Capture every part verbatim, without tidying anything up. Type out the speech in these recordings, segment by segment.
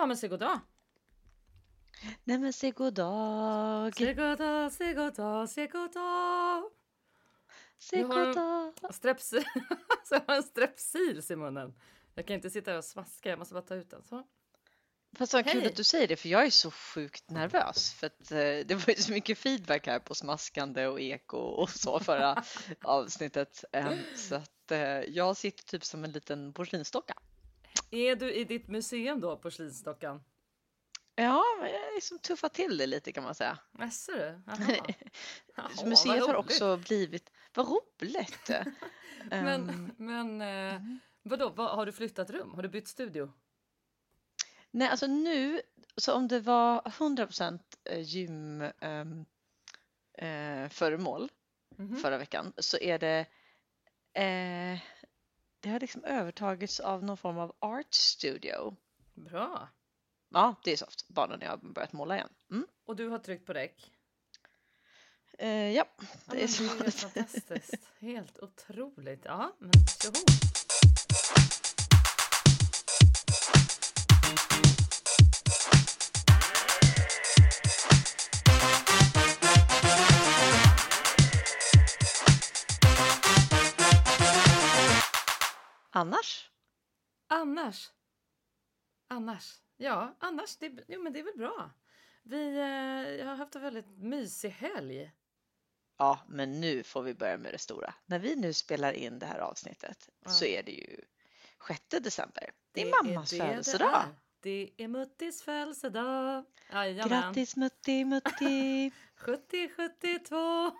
Ja, men säg god dag. Nej men säg god dag. Säg god dag, säg god dag, säg god dag. Säg Jag har god dag. en strepsil, så jag har en strepsils i munnen. Jag kan inte sitta här och smaska, jag måste bara ta ut den. Så. Fast vad kul Hej. att du säger det, för jag är så sjukt nervös. För att eh, det var ju så mycket feedback här på smaskande och eko och så förra avsnittet. Em, så att eh, jag sitter typ som en liten porslinsdocka. Är du i ditt museum då, porslinsdockan? Ja, men jag liksom tuffar till det lite kan man säga. Jaså du? Jaha. Jaha, Museet vad har roligt. också blivit, vad roligt. Men, Em, men eh, vadå, vad, har du flyttat rum? Har du bytt studio? nej, alltså nu, så om det var hundra procent gym em, eh, föremål Mhm. förra veckan, så är det eh, det har liksom övertagits av någon form av art studio. Bra. Ja, det är soft. Barnen och jag har börjat måla igen. Mm. Och du har tryckt på räck? Eh, ja, Ja, det men är så. det är helt fantastiskt. Helt otroligt. Ja, men tjoho. Annars? Annars? Annars? Ja, annars. Det, jo, men det är väl bra. Vi eh, jag har haft en väldigt mysig helg. Ja, men nu får vi börja med det stora. När vi nu spelar in det här avsnittet Ja. så är det ju sjätte december. Det är Det mammas det det födelsedag. är. Det är Muttis födelsedag. Jajamän. Grattis Mutti Mutti! sjuttio sjuttiotvå.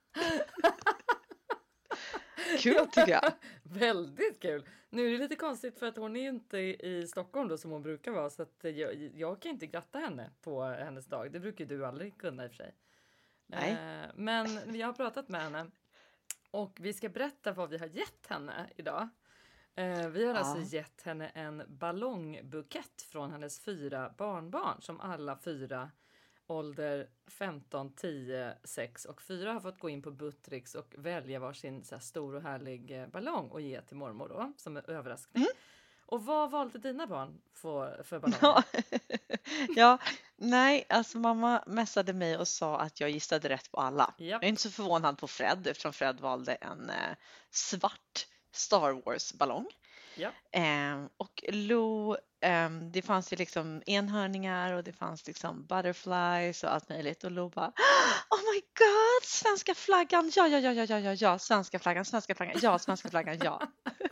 Kul tycker jag. Väldigt kul. Nu är det lite konstigt för att hon är inte i i Stockholm då som hon brukar vara. Så att jag, jag kan inte gratta henne på hennes dag. Det brukar du aldrig kunna i och för sig. Nej. Eh, men jag har pratat med henne. Och vi ska berätta vad vi har gett henne idag. Eh, vi har Ja. alltså gett henne en ballongbukett från hennes fyra barnbarn. Som alla fyra ålder femton, tio, sex och fyra har fått gå in på Buttricks och välja varsin så här stor och härlig eh, ballong och ge till mormor då, som en överraskning. Mm. Och vad valde dina barn för, för ballonger? Ja. Ja, nej, alltså mamma messade mig och sa att jag gissade rätt på alla. Japp. Jag är inte så förvånad på Fred eftersom Fred valde en eh, svart Star Wars-ballong. Ja. Eh, och Lo, eh, det fanns ju liksom enhörningar och det fanns liksom butterflies och allt möjligt. Och Lo bara, oh my god, svenska flaggan, ja, ja, ja, ja, ja, ja, ja, svenska flaggan, svenska flaggan, ja, svenska flaggan, ja.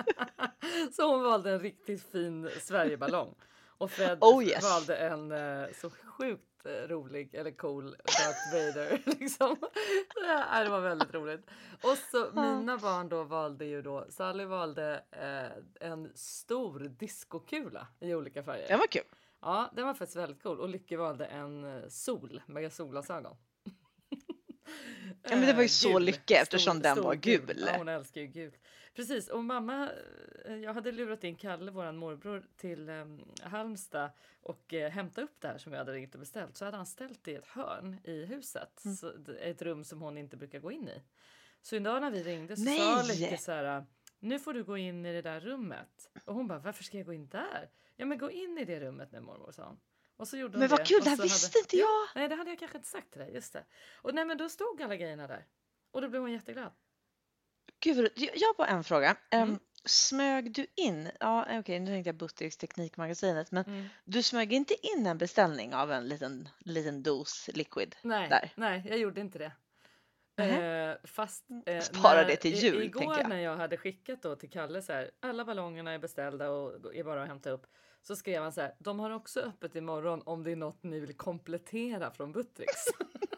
Så hon valde en riktigt fin Sverigeballong. Och Fred Oh, yes. valde en eh, så sjukt eh, rolig eller cool Darth Vader. Liksom. Ja, det var väldigt roligt. Och så mina barn då valde ju då, Sally valde eh, en stor diskokula i olika färger. Det var kul. Ja, den var faktiskt väldigt cool. Och Lykke valde en eh, sol med solglasögon. Ja, men det var ju Eh, så gul. Lycke eftersom Stor- den stor var gul. Ja, hon älskar ju gult. Precis, och mamma, eh, jag hade lurat in Kalle, våran morbror, till eh, Halmstad och eh, hämta upp det här som jag hade ringt och beställt. Så hade han ställt det i ett hörn i huset, Mm. så, d- ett rum som hon inte brukar gå in i. Så idag när vi ringde så Nej! sa Lykke så här, nu får du gå in i det där rummet. Och hon bara, varför ska jag gå in där? Ja, men gå in i det rummet nu, mormor, sa hon. Och så gjorde hon Men vad det. kul, Och det här så visste hade... inte jag. Nej, det hade jag kanske inte sagt till dig, just det. Och nej, men då stod alla grejerna där. Och då blev hon jätteglad. Gud, vad- jag jag har bara en fråga. Em, Mm. smög du in, ja okej nu tänkte jag Buttricks Teknikmagasinet, men Mm. du smög inte in en beställning av en liten, liten dos liquid Nej, där? nej, jag gjorde inte det. Nähä. Eh, fast eh, Spara när, det till i- jul, igår tänker jag. när jag hade skickat då till Kalle så här, alla ballongerna är beställda och är bara att hämta upp. Så skrev han så här, de har också öppet imorgon om det är något ni vill komplettera från Buttricks.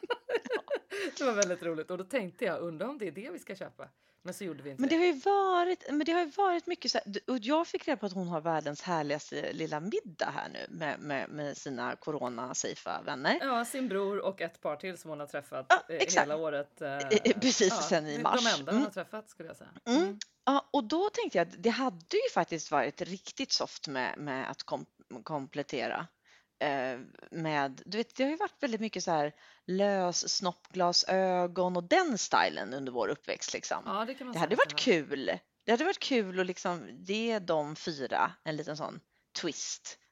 Det var väldigt roligt och då tänkte jag, undrar om det är det vi ska köpa. Men så gjorde vi inte Men det. det har ju varit, men det har ju varit mycket så här, och jag fick reda på att hon har världens härligaste lilla middag här nu med, med, med sina corona-safea vänner. Ja, sin bror och ett par till som hon har träffat Ja, eh, exakt. hela året. eh, Eh, precis, ja, sen i det är mars. De enda hon Mm. har träffat skulle jag säga. Mm. Ja, och då tänkte jag att det hade ju faktiskt varit riktigt soft med, med att kom, komplettera. Eh, med, du vet, det har ju varit väldigt mycket så här lös snoppglasögon och den stilen under vår uppväxt liksom. Ja, det kan man Det säga hade att varit har. kul. Det hade varit kul att liksom ge de fyra en liten sån twist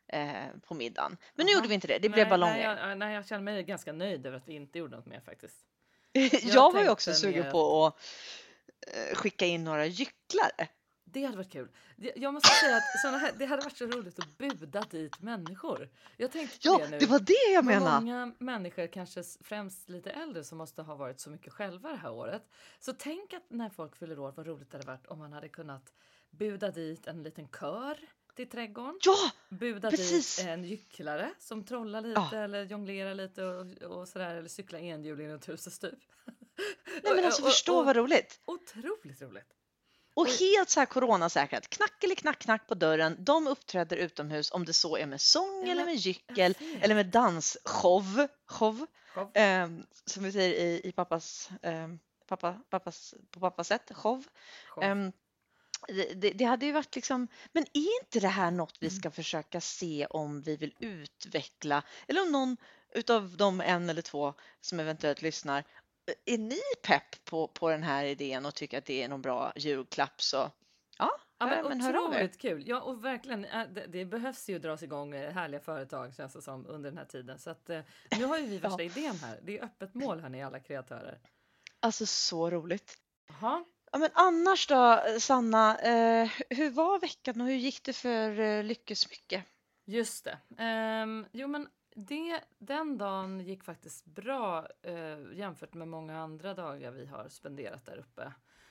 eh, på middagen. Men nu Aha. gjorde vi inte det, det nej, blev ballonger. Nej jag, nej, jag känner mig ganska nöjd över att vi inte gjorde något mer faktiskt. Jag, Jag var ju också tänkte sugen mer på att eh, skicka in några gycklare. Det hade varit kul. Det- Jag måste säga att såna här, det hade varit så roligt att buda dit människor. Jag tänkte på Ja, det nu. det var det jag Med menade. många människor, kanske s- främst lite äldre, som måste ha varit så mycket själva det här året. Så tänk att när folk fyller år, vad roligt det hade varit om man hade kunnat buda dit en liten kör till trädgården. Ja, Buda precis. dit en gycklare som trollar lite Ja. eller jonglerar lite och, och sådär, eller cyklar enhjuling runt huset stup. Nej men alltså Och- och- förstå och- vad roligt. Otroligt roligt. Och och- helt så här coronasäkrat. Knack eller knack knack på dörren. De uppträder utomhus om det så är med sång Ja, eller men med jag gyckel vet. eller med dansshow. Show. Show. Ehm, som vi säger i, i pappas, ehm, pappa, pappas, på pappas sätt. Show. Show. Ehm, det, det, det hade ju varit liksom, men är inte det här något vi ska försöka se om vi vill utveckla, eller om någon utav de en eller två som eventuellt lyssnar, är ni pepp på, på den här idén och tycker att det är någon bra julklapp, så ja, Ja, hör, men men hör av er. otroligt kul. Ja, och verkligen, äh, det, det behövs ju dras igång eh, härliga företag, känns det som, under den här tiden. Så att, eh, nu har ju vi värsta idén här. Det är öppet mål här, ni alla kreatörer. Alltså så roligt. Jaha. Ja, men annars då, Sanna, eh, hur var veckan och hur gick det för eh, Lyckesmycke? Just det. Ehm, jo, men det, den dagen gick faktiskt bra eh, jämfört med många andra dagar vi har spenderat där uppe.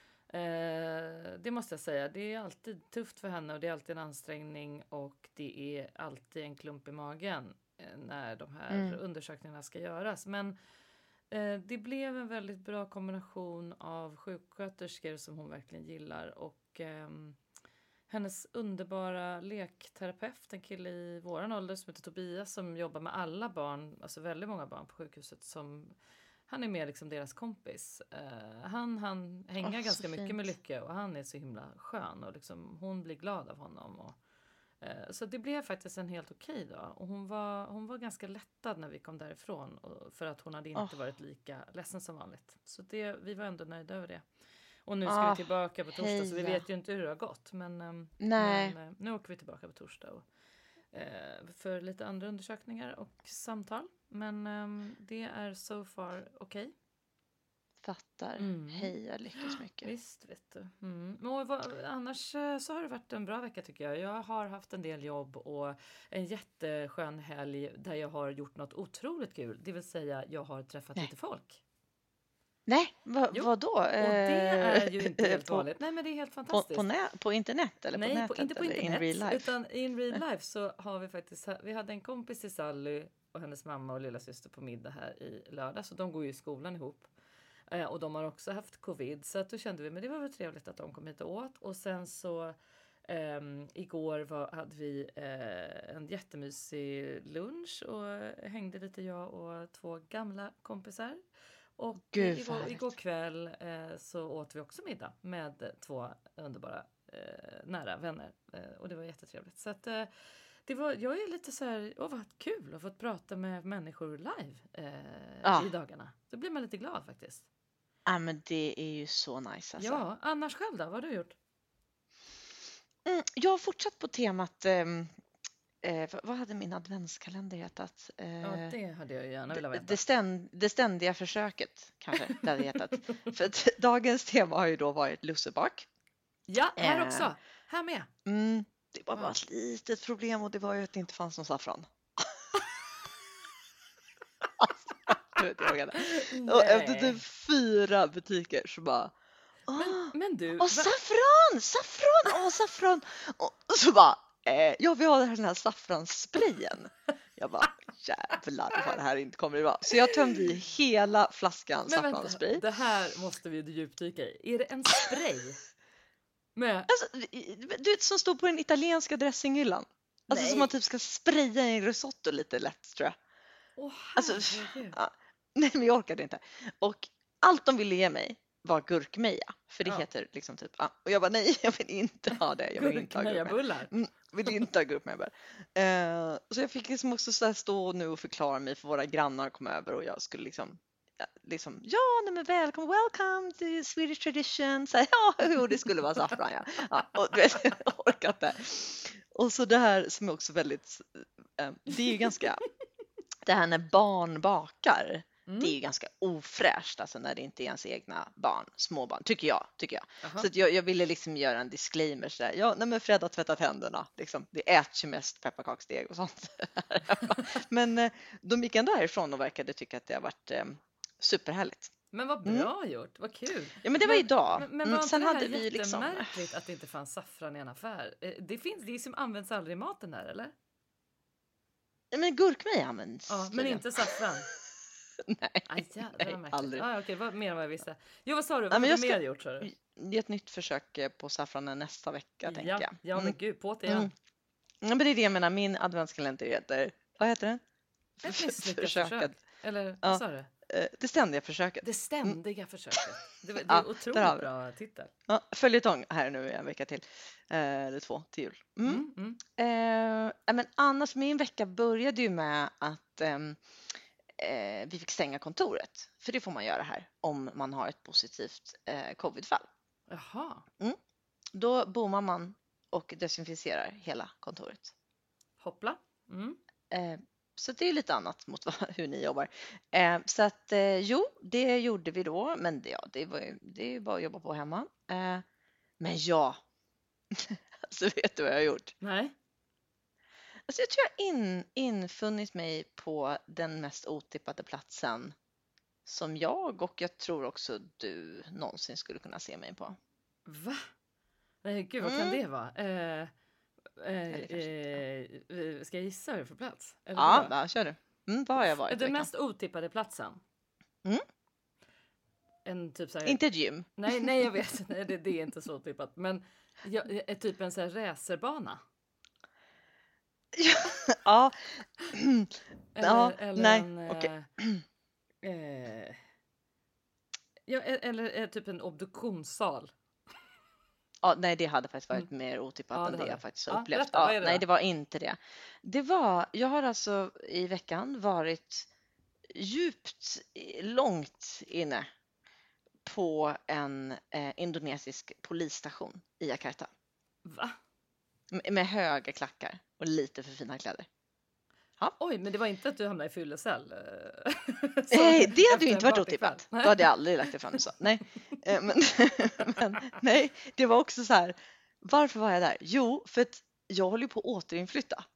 Eh, det måste jag säga. Det är alltid tufft för henne och det är alltid en ansträngning och det är alltid en klump i magen eh, när de här Mm. undersökningarna ska göras. Men eh, det blev en väldigt bra kombination av sjuksköterskor som hon verkligen gillar och ehm, hennes underbara lekterapeut, en kille i våran ålder som heter Tobias, som jobbar med alla barn, alltså väldigt många barn på sjukhuset, som han är mer liksom deras kompis. Eh, han han hänga Åh, så ganska mycket fint. med Lycke och han är så himla skön och liksom hon blir glad av honom. Och, eh, så det blev faktiskt en helt okej dag och hon var, hon var ganska lättad när vi kom därifrån och, för att hon hade inte Åh. varit lika ledsen som vanligt. Så det, vi var ändå nöjda över det. Och nu ska Ah, vi tillbaka på torsdag så vi heja. vet ju inte hur det har gått. Men, ehm, Nej. men eh, nu åker vi tillbaka på torsdag och, eh, för lite andra undersökningar och samtal. Men ehm, det är so far okej. Fattar. Mm. Heja Lyckesmycke. Visst, vet du. Mm. Men och vad, annars eh, så har det varit en bra vecka tycker jag. Jag har haft en del jobb och en jätteskön helg där jag har gjort något otroligt kul. Det vill säga, jag har träffat Nej. lite folk. Nej, vad, Jo, vad då? Och det är ju inte helt på, vanligt. Nej, men det är helt på, fantastiskt. på, nä, på internet eller Nej, på på, nätet inte på eller internet, in real life? utan in real life så har vi faktiskt, vi hade en kompis till Sally och hennes mamma och lilla syster på middag här i lördag, så de går ju i skolan ihop. Eh, och de har också haft covid, så att då kände vi, men det var väl trevligt att de kom hit och åt. Och sen så ehm, igår var, hade vi eh, en jättemysig lunch och hängde lite jag och två gamla kompisar. Och Gud, eh, vad igår, härligt. igår kväll eh, så åt vi också middag med två underbara eh, nära vänner. Eh, och det var jättetrevligt. Så att eh, det var, jag är lite så här, åh vad kul att få prata med människor live eh, Ja. i dagarna. Då blir man lite glad faktiskt. Ja, men det är ju så nice alltså. Ja, annars själv då? Vad har du gjort? Mm, jag har fortsatt på temat, ehm, eh, vad- vad hade min adventskalender hetat? Eh, Ja, det hade jag gärna velat det, veta. det, ständ, det ständiga försöket kanske det hade hetat. För att dagens tema har ju då varit lussebak. Ja, här Eh. också. Här med. Mm, det var bara Ja. ett litet problem och det var ju att det inte fanns någon saffran. Jag vet, jag vågade. Och efter typ fyra butiker så bara, Men, åh, men du, åh va- saffran, saffran, åh saffran. Och och så bara, eh, ja vi har den här, den här saffranssprayen. Jag bara, jävlar vad det här inte kommer att vara. Så jag tömde i hela flaskan men vänta, saffransspray. det här måste vi djupdyka i. Är det en spray? Med, Alltså, du vet som står på den italienska dressinghyllan. Alltså Nej. som man typ ska spraya i en risotto lite lätt tror jag. åh Alltså, herregud. ja. Nej men jag orkade inte. Och allt de ville ge mig var gurkmeja. För det Ja. heter liksom typ, ja. Och jag bara nej jag vill inte ha det. Jag vill inte ha gurkmeja. Gurkmejabullar. Mm, vill inte ha gurkmeja. Eh, så jag fick liksom också så här stå nu och förklara mig för våra grannar kom över och jag skulle liksom ja, liksom, ja nej men välkommen, welcome to Swedish tradition. Så här, ja, jo det skulle vara saffran ja. ja och du vet, jag orkar inte. Och så det här som är också väldigt, eh, det är ju ganska, det här när barn bakar, Mm. det är ju ganska ofräscht, alltså när det inte är ens egna barn, småbarn, tycker jag. Tycker jag. Jaha. Så att jag, jag ville liksom göra en disclaimer så där. Ja, nej men Fred har tvättat händerna, liksom. Det äts ju mest pepparkaksdeg och sånt. Men eh, de gick ändå härifrån och verkade tycka att det har varit eh, superhärligt. Men vad bra gjort, vad kul. Ja, men det var Men- idag. Men, men Mm, var inte sen det här hade vi liksom, jättemärkligt att det inte fanns saffran i en affär? Eh, Det finns, det som används aldrig i maten där, eller? ja, men gurkmeja används. Ja, men tydligen. inte saffran. Nej, Aj, jävlar nej, vad märkligt. aldrig. Ah, okej, vad mer än vad jag visste. Jo, vad sa du? Ja, Vad men har du jag ska- mer gjort, sa du? Det är ett nytt försök eh, på saffranen nästa vecka, tänker Ja, jag. ja, men Mm. gud, på det igen. Mm. Ja, men det är det jag menar, min adventskalender heter, vad heter den? Ett misslyckat försök. Eller Ja. vad sa du? Eh, Det ständiga försöket. Det ständiga försöket. Det, var- det Ja, är där otroligt har vi. bra titel. Ja, följetong här nu i en vecka till. Eh, Eller två till jul. Mm. Mm, mm. Eh, ja, men annars, min vecka började ju med att ehm, eh, vi fick stänga kontoret. För det får man göra här om man har ett positivt eh, covidfall. Jaha, Då bommar man och desinficerar hela kontoret. hoppla. Mm. Eh, så det är lite annat mot vad, hur ni jobbar. Eh, så att eh, jo, det gjorde vi då. Men det, ja, det, var ju, det är ju bara att jobba på hemma. Eh, men ja, så vet du vad jag har gjort? Nej. Alltså jag tror jag in, infunnit mig på den mest otippade platsen som jag och jag tror också du någonsin skulle kunna se mig på. Va? Nej, gud, vad kan Mm. det vara? Eh, eh, Eller kanske eh, ska jag gissa vad det är för plats? Eller Ja, vadå? ja kör du. Mm, vad har jag varit i Den veckan? mest otippade platsen? Mm. En typ så här... Inte ett gym. Nej, nej, jag vet. Nej, det, det är inte så otippat. Men jag, är typ en så här racerbana. Ja, Eller, Ja, eller nej, en... okej. Eh, eh, ja, e- eller eh, typ en obduktionssal. ja, nej det hade faktiskt varit mer otippat Ja, än det det hade jag det. faktiskt Ja, har upplevt. berätta, vad är Ja, det nej, då? det var inte det. Det var, jag har alltså i veckan varit djupt i- långt inne på en eh, indonesisk polisstation i Jakarta. Va? M- Med höga klackar och lite för fina kläder. Oj, men det var inte att du hamnade i fyllecell? eh, Nej, som det hade efter ju en inte varit partykväll. otippat. Då Nej. hade jag aldrig lagt det fram så. Nej. Eh, Men, men nej, det var också så här. Varför var jag där? Jo, för att jag håller ju på att återinflytta.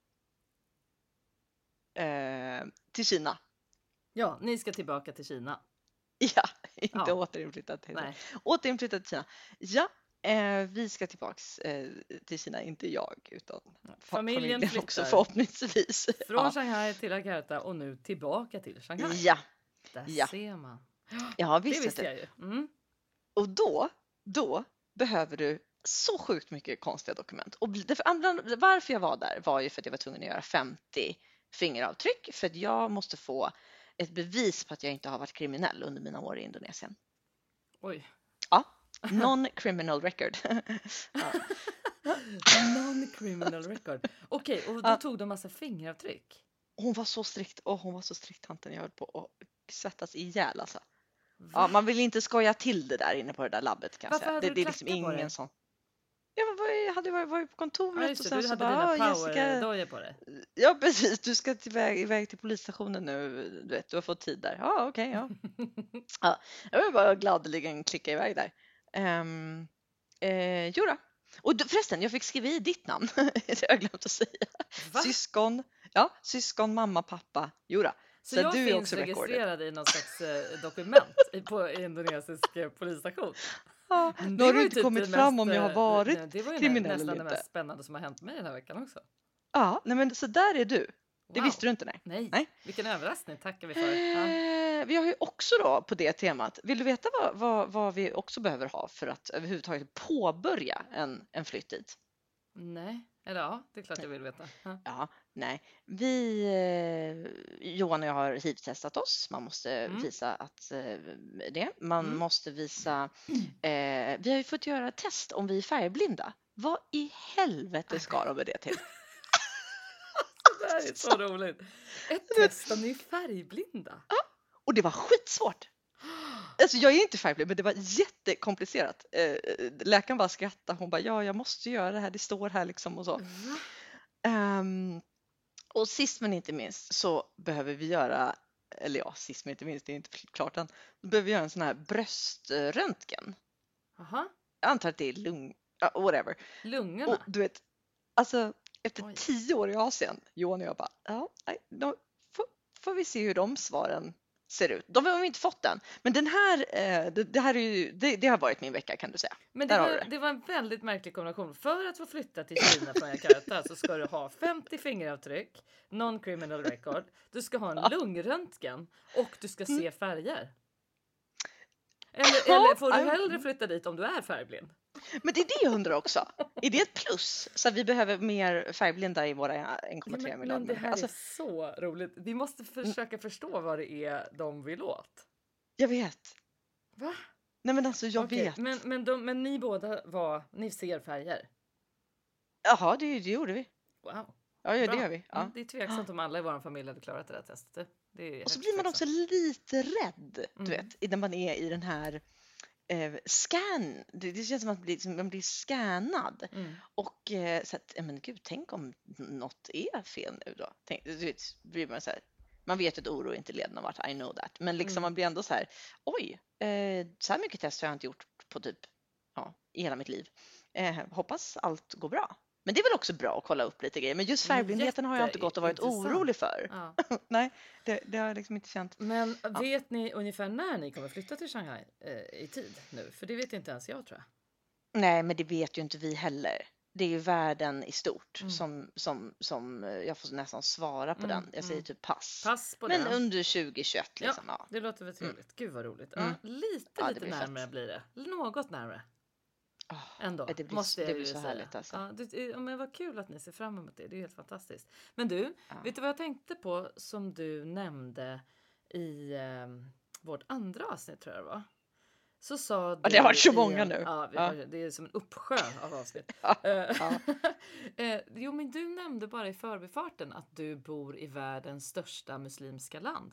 Eh, till Kina. Ja, ni ska tillbaka till Kina. Ja, inte Ja. återinflytta till Nej. Återinflytta till Kina. Ja, eh, vi ska tillbaks eh, till Kina, inte jag utan fa- Familjen också flyttar. förhoppningsvis. Från Ja. Shanghai till Jakarta och nu tillbaka till Shanghai. Ja, Där Ja. ser man. ja Det visst. visste vet du. jag ju. Mm. Och då, då behöver du så sjukt mycket konstiga dokument. Och bl- därför, andra- varför jag var där var ju för att jag var tvungen att göra femtio fingeravtryck för att jag måste få ett bevis på att jag inte har varit kriminell under mina år i Indonesien. Oj. Ja, non-criminal record. Ja. Non-criminal record. Okej, och då Ja. tog de massa fingeravtryck. Hon var så strikt, och hon var så strikt tanten, jag höll på att svettas ihjäl alltså. Va? Ja, man vill inte skoja till det där inne på det där labbet kan jag Varför säga. hade Det, du det är liksom klackar på dig? ingen sån. Ja, men vad- jag hade varit, varit på Ja, kontoret just och det, sen du så hade bara, dina "Ja, Jessica, powerdojor på dig. ja precis, du ska iväg, iväg till polisstationen nu, du vet, du har fått tid där. Ja, okej, ja. ja. Jag var bara gladeligen klicka iväg där. Um, eh, jo då. Och du, förresten, jag fick skriva i ditt namn, det har jag glömt att säga. Va? Syskon, ja, syskon, mamma, pappa, jo då. Så, Så jag du är finns också recorded. registrerad i något slags eh, dokument i- på indonesisk eh, polisstation. Ja, Men nu har var du ju inte typ kommit det fram mest, om jag har eh, varit nej, Det var ju kriminell nästan eller det inte. mest spännande som har hänt mig den här veckan också. Ja, nej men så där är du. Det Wow. visste du inte, nej. Nej, Nej. vilken överraskning tackar vi för. Ja. Eh, vi har ju också då på det temat, vill du veta vad, vad, vad vi också behöver ha för att överhuvudtaget påbörja en, en flytt dit? Nej, eller ja, det är klart jag vill veta. Ja. Ja, nej. Vi, eh, Johan och jag har hivtestat oss. Man måste Mm. visa att eh, det. Man Mm. måste visa, eh, vi har ju fått göra ett test om vi är färgblinda. Vad i helvete ska de med det till? Det här är så roligt. Ett test om ni är färgblinda. Och det var skitsvårt. Alltså jag är inte färgblind, men det var jättekomplicerat. Eh, läkaren bara skrattade. Hon bara, ja, jag måste göra det här. Det står här liksom och så. Va? Um, och sist men inte minst så behöver vi göra, eller ja, sist men inte minst, det är inte klart än, då behöver vi göra en sån här bröströntgen. Aha. Jag antar att det är lung, uh, whatever. Lungorna? Och du vet, alltså efter Oj. tio år i Asien, Johan och jag bara, ja, nej, då får, får vi se hur de svaren ser ut. De har vi inte fått än. Men den här, eh, det, det här är ju, det, det har varit min vecka kan du säga. Men det Där har var, du det. det var en väldigt märklig kombination. För att få flytta till Kina från Jakarta så ska du ha femtio fingeravtryck, non-criminal record, du ska ha en Ja. lungröntgen och du ska se färger. Eller, Ja, eller får du I- hellre flytta dit om du är färgblind? Men det är det jag undrar också. Är det ett plus? Så att vi behöver mer färgblinda i våra en komma tre men, miljoner men det här alltså, är så roligt. Vi måste försöka förstå vad det är de vill åt. jag vet. Va? Nej men alltså jag Okej, vet. Men, men, de, men ni båda var, ni ser färger. Jaha, det, det gjorde vi. Wow. Ja, ja det Bra. gör vi. Ja. Mm, det är tveksamt om alla i vår familj hade klarat det där testet. Det är Och så högst blir man också tveksamt. lite rädd, du Mm. vet, i- när man är i den här eh, scan. Det, det känns som att man blir, som man blir scannad. Mm. Och eh, så att, ja, men gud, tänk om något är fel nu då. Tänk, du vet, blir man så här, man vet att oro inte leder någon vart, I know that. Men liksom Mm. man blir ändå så här, oj, eh, så här mycket test har jag inte gjort på typ, ja, i hela mitt liv. Eh, hoppas allt går bra. Men det är väl också bra att kolla upp lite grejer. Men just Men färgblindheten har jag inte gått och varit jätteintressant. orolig för. Ja. Nej, det, det har jag liksom inte känt. Men vet ni ungefär när ni kommer flytta till Shanghai eh, i tid nu? För det vet inte ens jag, tror jag. Nej, men det vet ju inte vi heller. Det är ju världen i stort Mm. som, som, som eh, jag får nästan svara på Mm, den. Jag säger mm. typ pass. Pass på Men den. under tjugo tjugoett liksom. Ja. Det låter väl trevligt. Gud vad roligt. Ja, Mm. lite, Ja, det lite blir närmare fett. blir det. Något närmare Åh, ändå. det blir, måste jag det blir ju så säga. härligt alltså. Ja, det, ja, men vad kul att ni ser fram emot det. Det är helt fantastiskt. Men du, Ja. vet du vad jag tänkte på som du nämnde i eh, vårt andra avsnitt, tror jag det var? Så sa du Ja, det har varit så i många en- nu. Ja, vi Ja. har, det är som en uppsjö av avsnitt. Ja, Eh, ja. eh, jo, men du nämnde bara i förbifarten att du bor i världens största muslimska land.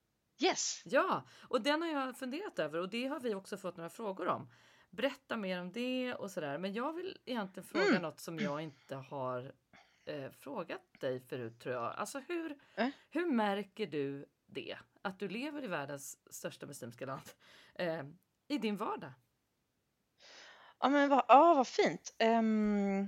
Yes. Ja, och den har jag funderat över och det har vi också fått några frågor om. Berätta mer om det och sådär. Men jag vill egentligen fråga Mm. något som jag inte har eh, frågat dig förut, tror jag. Alltså hur, Eh? hur märker du det? Att du lever i världens största muslimska land eh, i din vardag? Ja, men vad, ja, vad fint. Ehm,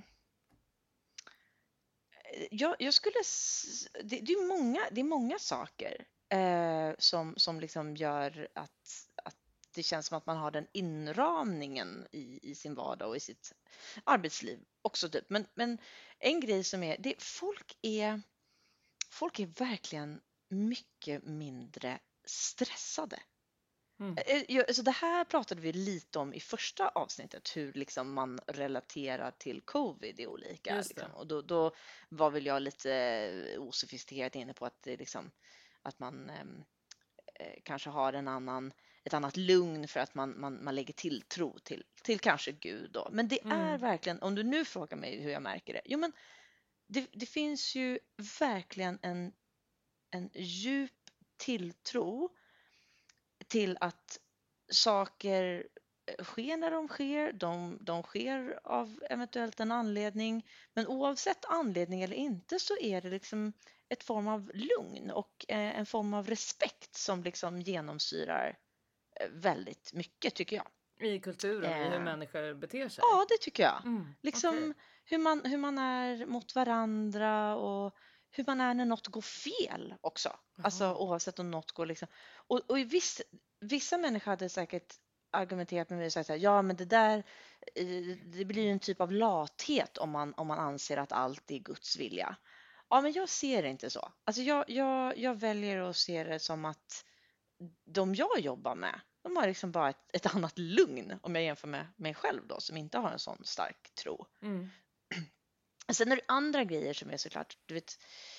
jag, jag skulle... s- Det, det, är många, det är många saker eh, som, som liksom gör att, att det känns som att man har den inramningen i, i sin vardag och i sitt arbetsliv också. Typ. Men, men en grej som är... Det, folk är... Folk är verkligen mycket mindre stressade. Mm. Eh, jag- Alltså det här pratade vi lite om i första avsnittet, hur liksom man relaterar till covid i olika. Just det. Liksom. Och då, då var väl jag lite osofistikerat inne på att, det liksom, att man ehm, eh, kanske har en annan, ett annat lugn för att man, man, man lägger tilltro till, till kanske Gud. Då. Men det är Mm. verkligen, om du nu frågar mig hur jag märker det, jo men det, det finns ju verkligen en, en djup tilltro till att saker sker när de sker, de, de sker av eventuellt en anledning, men oavsett anledning eller inte så är det liksom ett form av lugn och eh, en form av respekt som liksom genomsyrar eh, väldigt mycket tycker jag. I kulturen, i hur Eh. människor beter sig. Ja, det tycker jag. Mm, Liksom okej. hur, man, hur man är mot varandra och hur man är när något går fel också. Alltså Jaha. oavsett om något går liksom. Och, och i viss, vissa människor hade säkert argumenterat med mig och sagt så här, ja men det där, eh, det blir en typ av lathet om man, om man anser att allt är Guds vilja. Ja, men jag ser det inte så. Alltså jag, jag, jag väljer att se det som att de jag jobbar med, de har liksom bara ett, ett annat lugn om jag jämför med mig själv då, som inte har en sån stark tro. Mm. Sen är det andra grejer som är såklart, du vet,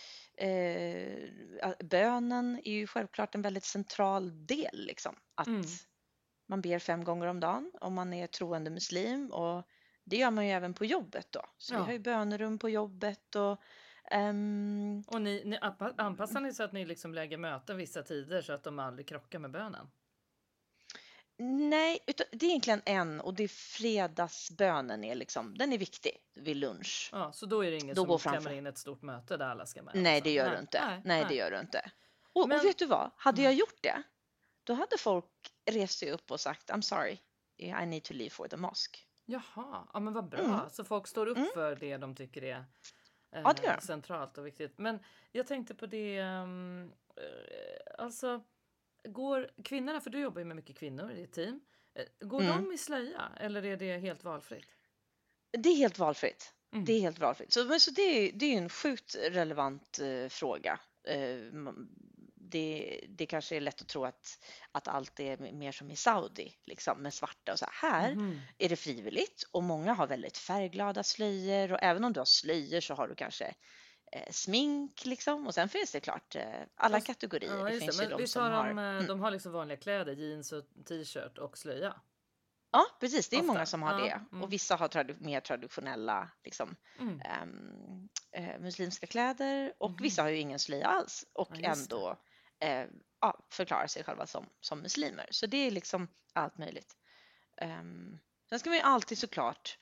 eh, bönen är ju självklart en väldigt central del liksom. Att Mm. man ber fem gånger om dagen om man är troende muslim och det gör man ju även på jobbet då. Så Ja. vi har ju bönerum på jobbet och ehm, Och ni, ni anpa- anpassar ni så att ni liksom lägger möten vissa tider så att de aldrig krockar med bönen? Nej, utan det är egentligen en och det är fredagsbönen är liksom, den är viktig vid lunch. Ja, så då är det ingen Då går som klämmer framför. in ett stort möte där alla ska med Nej, det liksom. gör du Nej, inte. nej, Nej, det nej. gör du inte. Och, och Men, vet du vad? Hade mm, jag gjort det, då hade folk rest sig upp och sagt I'm sorry, I need to leave for the mosque. jaha, ja men vad Mm, bra. Så folk står upp mm. för det de tycker är Ja, det gör eh, de. centralt och viktigt. Men jag tänkte på det, um, eh, alltså går kvinnorna, för du jobbar ju med mycket kvinnor i ditt team, eh, går Mm. de i slöja eller är det helt valfritt? Det är helt valfritt. Det Mm. är helt valfritt. Så, men, så det, är, det är en sjukt relevant eh, fråga. Eh, m- det, det kanske är lätt att tro att, att allt är mer som i Saudi, liksom, med svarta och så. Här Mhm. är det frivilligt och många har väldigt färgglada slöjor och även om du har slöjor så har du kanske eh, smink liksom. Och sen finns det klart eh, alla Och s- kategorier. Ja, Det just det. finns ju Men de visst som har har de, eh, mm. de har liksom vanliga kläder, jeans och t-shirt och slöja. Ja, precis. Det är många Ofta. som har Ja. det. Mm. Och vissa har tradi- mer traditionella liksom, Mm. ehm, eh, muslimska kläder och Mhm. vissa har ju ingen slöja alls Ja, och just det. ändå eh, ja, förklarar sig själva som, som muslimer. Så det är liksom allt möjligt. Um, sen ska man ju alltid såklart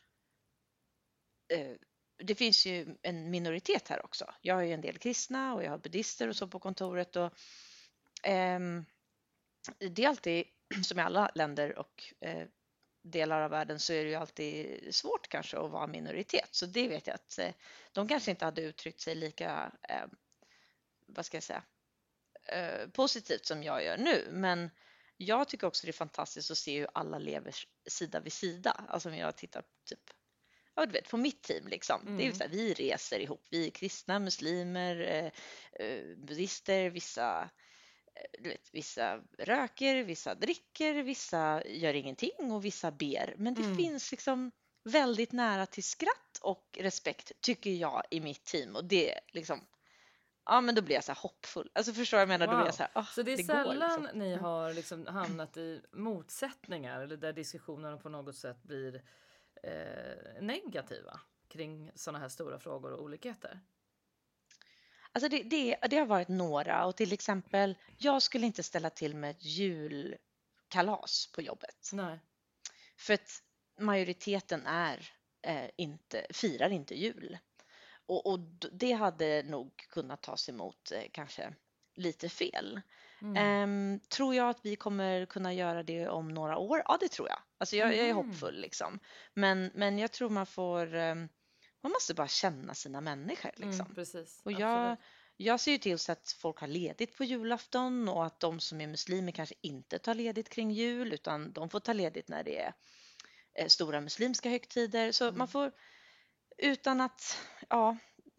eh, det finns ju en minoritet här också. Jag har ju en del kristna och jag har buddister och så på kontoret och ehm, det är alltid som i alla länder och eh, delar av världen så är det ju alltid svårt kanske att vara minoritet. Så det vet jag att eh, de kanske inte hade uttryckt sig lika, eh, vad ska jag säga, eh, positivt som jag gör nu. Men jag tycker också det är fantastiskt att se hur alla lever sida vid sida. Alltså om jag tittar typ, ja, du vet, på mitt team liksom. Det är ju Mm. så här, vi reser ihop, vi är kristna, muslimer, eh, eh, buddister, vissa du vet, vissa röker, vissa dricker, vissa gör ingenting och vissa ber. Men det Mm. finns liksom väldigt nära till skratt och respekt tycker jag i mitt team och det liksom, ja men då blir jag så här hoppfull. Alltså förstår jag vad jag menar, då blir jag Wow. så här, ah, Så det är det går sällan liksom. ni Mm. har liksom hamnat i motsättningar eller där diskussionerna på något sätt blir eh, negativa kring sådana här stora frågor och olikheter? Alltså det, det, det har varit några och till exempel, jag skulle inte ställa till med ett julkalas på jobbet. Nej. För att majoriteten är eh, inte, firar inte jul. Och, och d- det hade nog kunnat tas emot eh, kanske lite fel. Mm. Ehm, tror jag att vi kommer kunna göra det om några år? Ja, det tror jag. Alltså jag, jag är Mhm. hoppfull liksom. Men, men jag tror man får, ehm, man måste bara känna sina människor Mm, liksom. precis. Och Absolut. jag, jag ser ju till så att folk har ledigt på julafton och att de som är muslimer kanske inte tar ledigt kring jul utan de får ta ledigt när det är eh, stora muslimska högtider. Så Mm. man får utan att ja,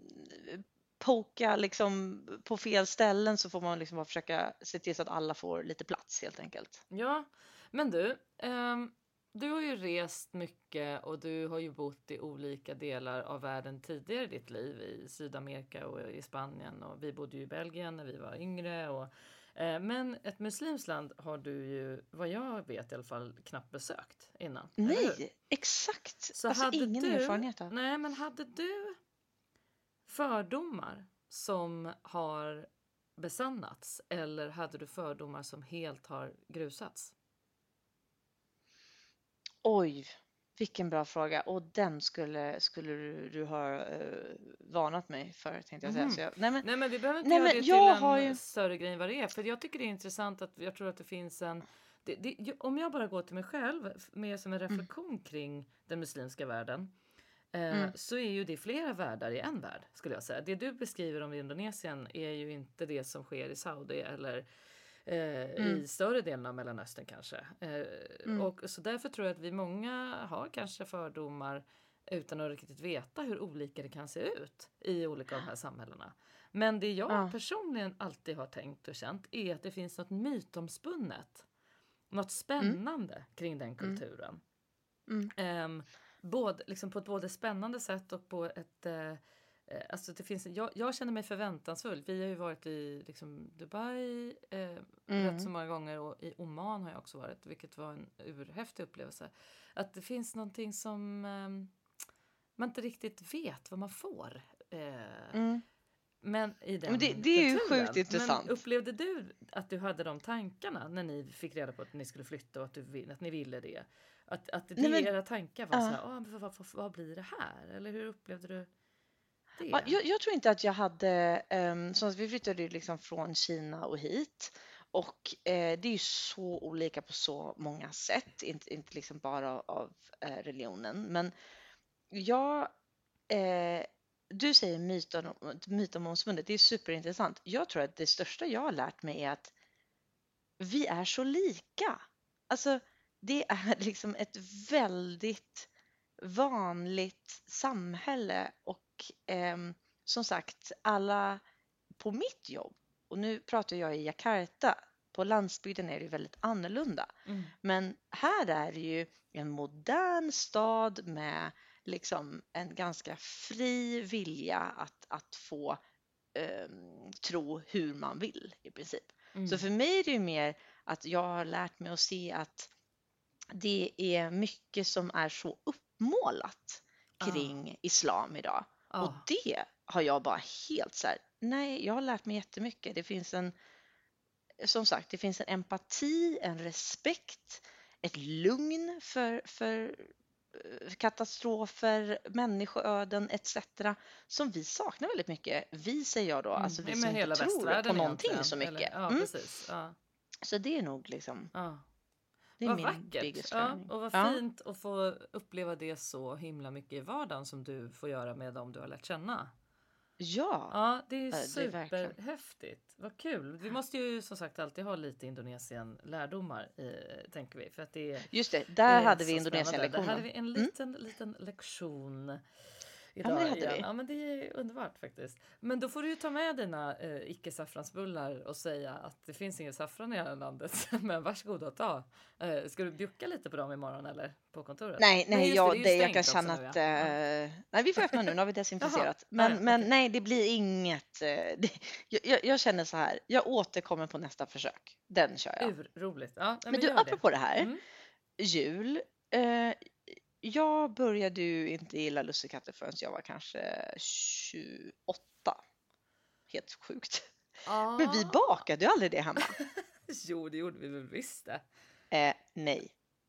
poka liksom på fel ställen så får man liksom bara försöka se till så att alla får lite plats helt enkelt. Ja, men du, ehm, du har ju rest mycket och du har ju bott i olika delar av världen tidigare i ditt liv, i Sydamerika och i Spanien och vi bodde ju i Belgien när vi var yngre. Och, eh, men ett muslimskt land har du ju, vad jag vet i alla fall, knappt besökt innan. Eller hur? Nej, exakt. Så Alltså hade ingen du, erfarenhet av. nej men hade du fördomar som har besannats eller hade du fördomar som helt har grusats? Oj, vilken bra fråga. Och den skulle, skulle du, du ha eh, varnat mig för tänkte jag säga. Mhm. Så jag, nej men, Nej men vi behöver inte nej göra men det till jag har en ju... större grej än vad det är. För jag tycker det är intressant att jag tror att det finns en... Det, det, ju- om jag bara går till mig själv f- mer som en Mm, reflektion kring den muslimska världen. Eh, mm, så är ju det flera världar i en värld skulle jag säga. Det du beskriver om Indonesien är ju inte det som sker i Saudi eller eh, mm, i större delen av Mellanöstern kanske. Eh, mm. och så därför tror jag att vi många har kanske fördomar utan att riktigt veta hur olika det kan se ut i olika av de här samhällena. Men det jag Ja, personligen alltid har tänkt och känt är att det finns något mytomspunnet, något mm, spännande kring den mm, kulturen. mm, Um, både, liksom på ett både spännande sätt och på ett... Eh, eh, alltså det finns, jag, jag känner mig förväntansfull. Vi har ju varit i liksom, Dubai eh, rätt så mm. många gånger och i Oman har jag också varit, vilket var en urhäftig upplevelse. Att det finns någonting som eh, man inte riktigt vet vad man får. Eh, Mm. Men i den Men det, det är ju kulturen. sjukt intressant. Men upplevde du att du hade de tankarna när ni fick reda på att ni skulle flytta och att, du, att ni ville det? Att, att det, Nej, men- era tankar var ja. så här, ah, men vad, vad, vad blir det här? Eller hur upplevde du det? Ja, jag, jag tror inte att jag hade, um, så att vi flyttade ju liksom från Kina och hit och eh, det är ju så olika på så många sätt, inte, inte liksom bara av, av eh, religionen, men jag, eh, du säger myten om, myten om Månsmundet, det är superintressant. Jag tror att det största jag har lärt mig är att vi är så lika. Alltså det är liksom ett väldigt vanligt samhälle och ehm, som sagt alla på mitt jobb, och nu pratar jag i Jakarta, på landsbygden är det ju väldigt annorlunda. Mm. Men här är det ju en modern stad med liksom en ganska fri vilja att, att få ehm, tro hur man vill i princip. Mm. Så för mig är det ju mer att jag har lärt mig att se att det är mycket som är så uppmålat kring islam idag. Ah. Och det har jag bara helt så här, nej, jag har lärt mig jättemycket. Det finns en, som sagt, det finns en empati, en respekt, ett lugn för, för eh, katastrofer, människoöden et cetera som vi saknar väldigt mycket. Vi säger jag då, Mm. alltså vi Ja, som men inte hela tror västvärlden på någonting egentligen, så mycket. Eller, ja, Mm. precis. Ja. Så det är nog liksom, Ja. det är Vad min vackert. biggest Ja, learning. och vad Ja. fint att få uppleva det så himla mycket i vardagen som du får göra med dem du har lärt känna. Ja. Ja, det är ju Ja, det är verkligen. superhäftigt. Vad kul. Vi måste ju som sagt alltid ha lite Indonesien-lärdomar, i, tänker vi. För att det, Just det, det där är hade vi så spännande. Där Indonesien-lektionen. hade vi en liten, liten lektion idag. men det hade igen. vi. Ja, men det är underbart faktiskt. Men då får du ju ta med dina eh, icke-saffransbullar och säga att det finns ingen saffran i det här landet. Men varsågod och ta. Eh, ska du bjucka lite på dem imorgon eller på kontoret? Nej, nej, just jag, det, det, är ju jag kan stängt känna också nu, att... ja. Ja. eh, nej, vi får öppna nu, nu har vi desinficerat. Jaha. Men, Nej, men okej. nej, det blir inget... eh, det, jag, jag, jag känner så här, jag återkommer på nästa försök. Den kör jag. Ur, roligt. Ja, nej, Men du, gör det. apropå det här, Mm. jul. Eh, jag började ju inte gilla lussekatter förrän jag var kanske tjugoåtta. Helt sjukt. Ah. Men vi bakade ju aldrig det hemma. Jo, det gjorde vi väl visst det. Eh, nej.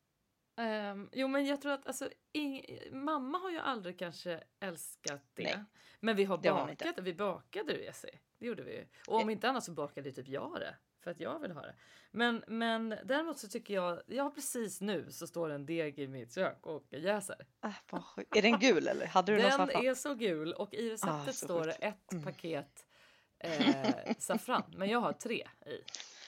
Um, jo, men jag tror att alltså, ing- mamma har ju aldrig kanske älskat det. Nej, men vi har det har hon inte. bakat, vi bakade det, Jessie. Det gjorde vi ju. Och om inte annat så bakade typ jag det. För att jag vill ha det. Men, men däremot så tycker jag, ja precis nu så står en deg i mitt kök och jäser. Ah, vad sjukt. Är den gul eller? Hade du någon Den saffran? är så gul och i receptet Ah, så står det sjukt. ett Mm. paket eh, saffran. Men jag har tre i.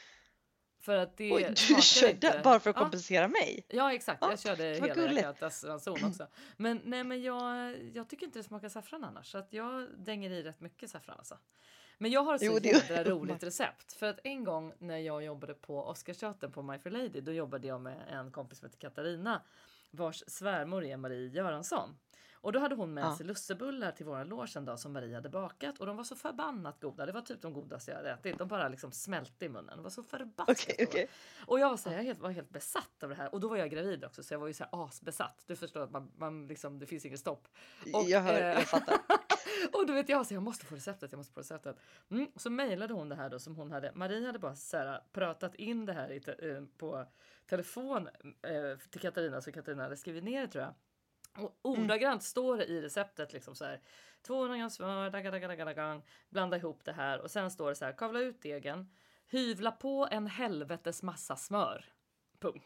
För att det Oj, du smakar körde inte. bara för att Ja. kompensera mig? Ja, exakt. Ja, Jag körde vad hela gulligt. Jakartas ranson också. Men nej, men jag, jag tycker inte det smakar saffran annars. Så att jag dänger i rätt mycket saffran alltså. Men jag har ett så Jo, det är jädra uppenbart. roligt recept. För att en gång när jag jobbade på Oscarsteatern på My Fair Lady, då jobbade jag med en kompis som heter Katarina, vars svärmor är Marie Göransson. Och då hade hon med Ja. sig lussebullar till våran loge en dag som Marie hade bakat. Och de var så förbannat goda. Det var typ de godaste jag hade ätit. De bara liksom smälte i munnen. De var så förbannat Okej, goda. okej. Och jag var, så här, jag helt, var helt besatt av det här. Och då var jag gravid också. Så jag var ju så här asbesatt. Du förstår att man, man liksom, det finns inget stopp. Och, Jag hör, eh, jag fattar. och då vet jag så jag måste få receptet, jag måste få receptet. Mm, så mejlade hon det här då som hon hade. Marie hade bara så här, pratat in det här i te, eh, på telefon eh, till Katarina, så Katarina hade skrivit ner det tror jag. Och ordagrant står det i receptet liksom så här tvåhundra gram smör, daga, daga, daga, daga, blanda ihop det här och sen står det så här, kavla ut degen, hyvla på en helvetes massa smör. Punkt.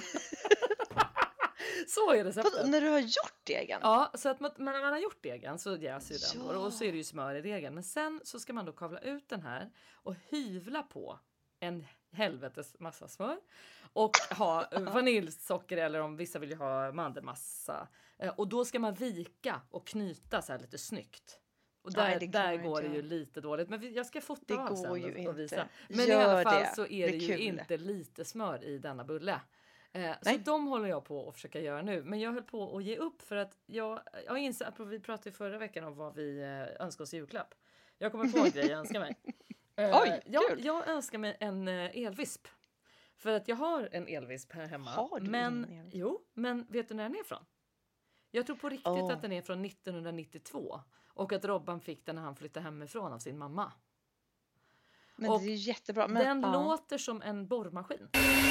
Så är receptet. Vad, när du har gjort degen? Ja, så att man, när man har gjort degen så jäser ju den Ja. och så är det ju smör i degen. Men sen så ska man då kavla ut den här och hyvla på en helvetes massa smör och ha vaniljsocker eller om vissa vill ju ha mandelmassa. Eh, Och då ska man vika och knyta så här lite snyggt. Och där, Nej, det kan där man går inte det ju göra. lite dåligt. Men vi- jag ska fota Det av går sen ju och, och visa. inte. Men i Gör alla fall det. så är Det det, är ju kul. inte lite smör i denna bulle. Eh, så Nej. de håller jag på att försöka göra nu. Men jag höll på att ge upp för att jag, jag inser, apropå, vi pratade ju förra veckan om vad vi eh, önskar oss i julklapp. Jag kommer på en grej jag önskar mig. Eh, Oj, jag, kul. jag önskar mig en eh, elvisp. För att jag har en elvisp här hemma. Har du men, en elvisp? Jo, men vet du när den är ifrån? Jag tror på riktigt Oh. att den är från nittonhundranittiotvå. Och att Robban fick den när han flyttade hemifrån av sin mamma. Men Och det är ju jättebra. Men, den ja. låter som en borrmaskin.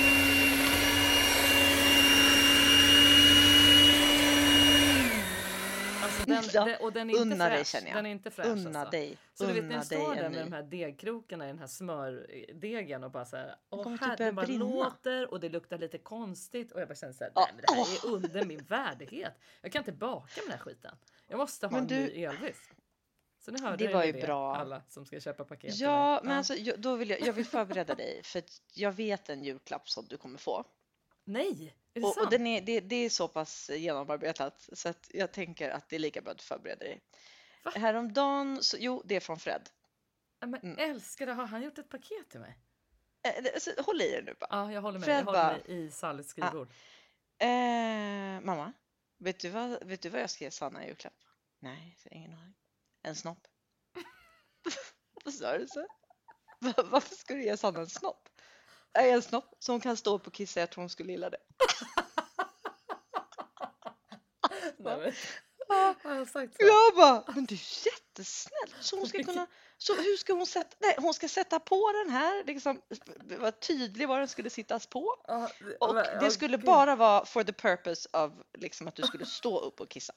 Alltså den, Ja, den, och den är inte unna dig, fräsch. känner jag. Den är inte fräsch Unna alltså. dig. Så du vet när Unna jag står dig där en med ny. de här degkrokarna i den här smördegen och bara så här, åh kommer typ här, börja det bara brinna. låter och det luktar lite konstigt och jag bara känner så här, Ja, nej men det här är under min värdighet. Jag kan inte baka med den här skiten. Jag måste ha Men en du- ny elvis. Så nu hörde Det jag var ju det, bra. alla som ska köpa paket till Ja, mig. men alltså, jag, då vill jag, jag vill förbereda dig för att jag vet en julklapp som du kommer få. Nej, är det Och, sant? och den är, det, det är så pass genomarbetat så att jag tänker att det är lika bra att du förbereder dig. Va? Häromdagen, så, jo det är från Fred. Ja, men Mm. älskade, har han gjort ett paket till mig? Eh, det- alltså, håll i dig nu bara. Ja, jag håller med. Fred Jag håller bara- mig i Sallys skrivbord. Eh, mamma, vet du, vad, vet du vad jag ska ge Sanna i julklapp? Nej, jag har ingen aning. En snopp. Vad sa du så? Va- Varför ska du ge Sanna en snopp? Nej, en snopp som hon kan stå upp och kissa. Jag tror hon skulle gilla det. Nej, men, Ja, har jag sagt så? jag bara, men du är jättesnäll. Så hon ska kunna, så hur ska hon sätta, nej, hon ska sätta på den här, liksom, vara tydlig var den skulle sittas på. Ja, Och men, det ja, skulle gud. bara vara for the purpose of liksom att du skulle stå upp och kissa.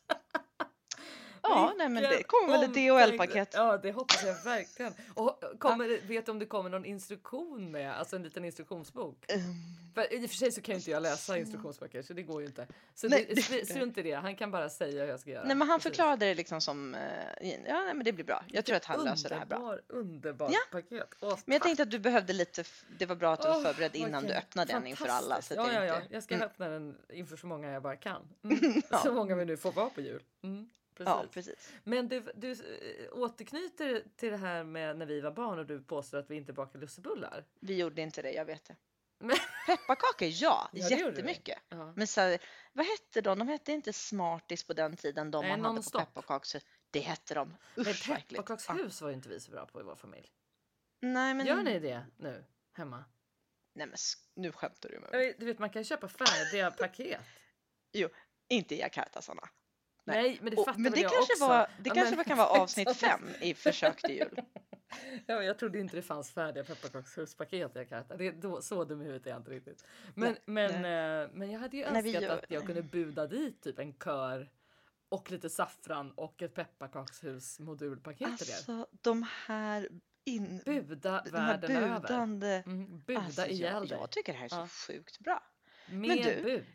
Ja, nej men det Vilken kommer väl ett D H L-paket. Ja, det hoppas jag verkligen. Och kommer, det- vet du om det kommer någon instruktion med, alltså en liten instruktionsbok? Um, För i och för sig så kan ju inte jag läsa instruktionsböcker, så det går ju inte. Så Nej, det, det- strunt i det, han kan bara säga hur jag ska göra. nej men han Precis. förklarade det liksom som, eh, ja nej men det blir bra. Jag tror att han löser det här bra. Underbar, underbart Ja. paket. Åh, Men jag tänkte att du behövde lite, f- det var bra att du var Åh, förberedd innan okej. du öppnade den inför alla. Fantastiskt. Så att ja, det ja, ja. inte, Jag ska mm, öppna den inför så många jag bara kan. Mm. Ja. Så många vi nu får vara på jul. Mm. Precis. ja, precis. Men du, du äh, återknyter till det här med när vi var barn och du påstår att vi inte bakar lussebullar. Vi gjorde inte det, jag vet det. Men, Pepparkakor, ja, Ja, det gjorde vi. jättemycket. ja. Men så, här, vad hette de? De hette inte Smarties på den tiden, de Nej, man hade på Non-stop. pepparkakor. Det hette de. Men Usch, vad äckligt. Ja. pepparkakshus var ju inte vi så bra på i vår familj. Nej, men, Gör ni det nu hemma? nej, men sk- nu skämtar du med Jag mig. vet- Du vet, man kan ju köpa färdiga paket. Inte i Jakarta, Sanna. Nej. Nej, men det Och, fattar men väl det jag kanske, också. var, det Ja, kanske men- kan vara avsnitt fem i Försök till jul. Ja, men jag trodde inte det fanns färdiga pepparkakshuspaket i Jakarta. Det är då, så dum i huvudet är jag inte riktigt. Men, Nej, men, eh, men jag hade ju Nej, vi önskat gör- att jag kunde buda dit typ en kör och lite saffran och ett pepparkakshusmodulpaket till er. Alltså, de här, in, Buda de här världen över. budande... Mm, buda Alltså, ihjäl jag, dig. jag tycker det här är så Ja. sjukt bra. Mer du, bud.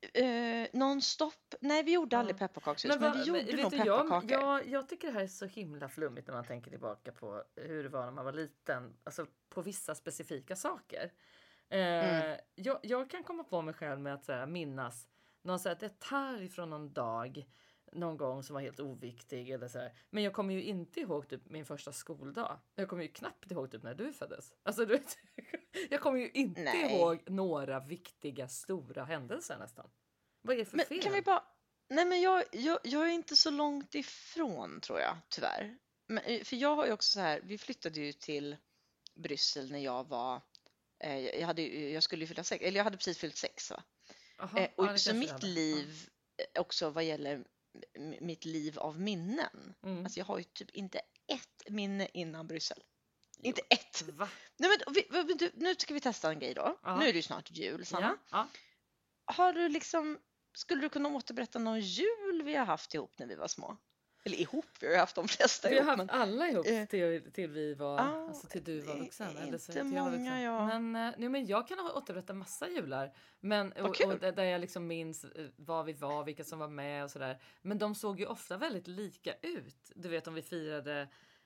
Uh, non-stop. Nej, vi gjorde Ja. aldrig pepparkakshus, men, vad- vi gjorde vet nog du, jag, pepparkakor. jag, jag tycker det här är så himla flummigt när man tänker tillbaka på hur det var när man var liten. Alltså på vissa specifika saker. Eh, Mm. jag, jag kan komma på mig själv med att så här, minnas någon så här, detalj från någon dag någon gång som var helt oviktig. Eller så här. Men jag kommer ju inte ihåg typ, min första skoldag. Jag kommer ju knappt ihåg typ, när du föddes. Alltså, du vet, jag kommer ju inte Nej. ihåg några viktiga stora händelser nästan. Vad är det för Men fel? kan vi bara... Nej, men jag, jag, jag är inte så långt ifrån, tror jag, tyvärr. Men, eh, för jag har ju också så här, vi flyttade ju till Bryssel när jag var... Eh, jag, hade, ju- jag skulle ju fylla sex, eller jag hade precis fyllt sex, va? Aha, Eh, och ja, det så kanske mitt det hade. liv, eh, också vad gäller m- mitt liv av minnen. Ja. Mm. Alltså jag har ju typ inte ett minne innan Bryssel. Jo. Inte ett. Va? Nej, men, vi, vi, du, nu ska vi testa en grej då. Ja. Nu är det ju snart jul, Sanna. Ja, ja. Har du liksom, skulle du kunna återberätta någon jul vi har haft ihop när vi var små? Eller ihop, vi har ju haft de flesta Vi har ihop. haft Men, alla ihop eh, till, till vi var, ja, alltså till du var eh, vuxen. Eller så inte till jag var många, vuxen. ja. Men, eh, nej, men jag kan ha återberätta massa jular. Men, Vad och, kul. och där där jag liksom minns eh, var vi var, vilka som var med och sådär. Men de såg ju ofta väldigt lika ut. Du vet om vi firade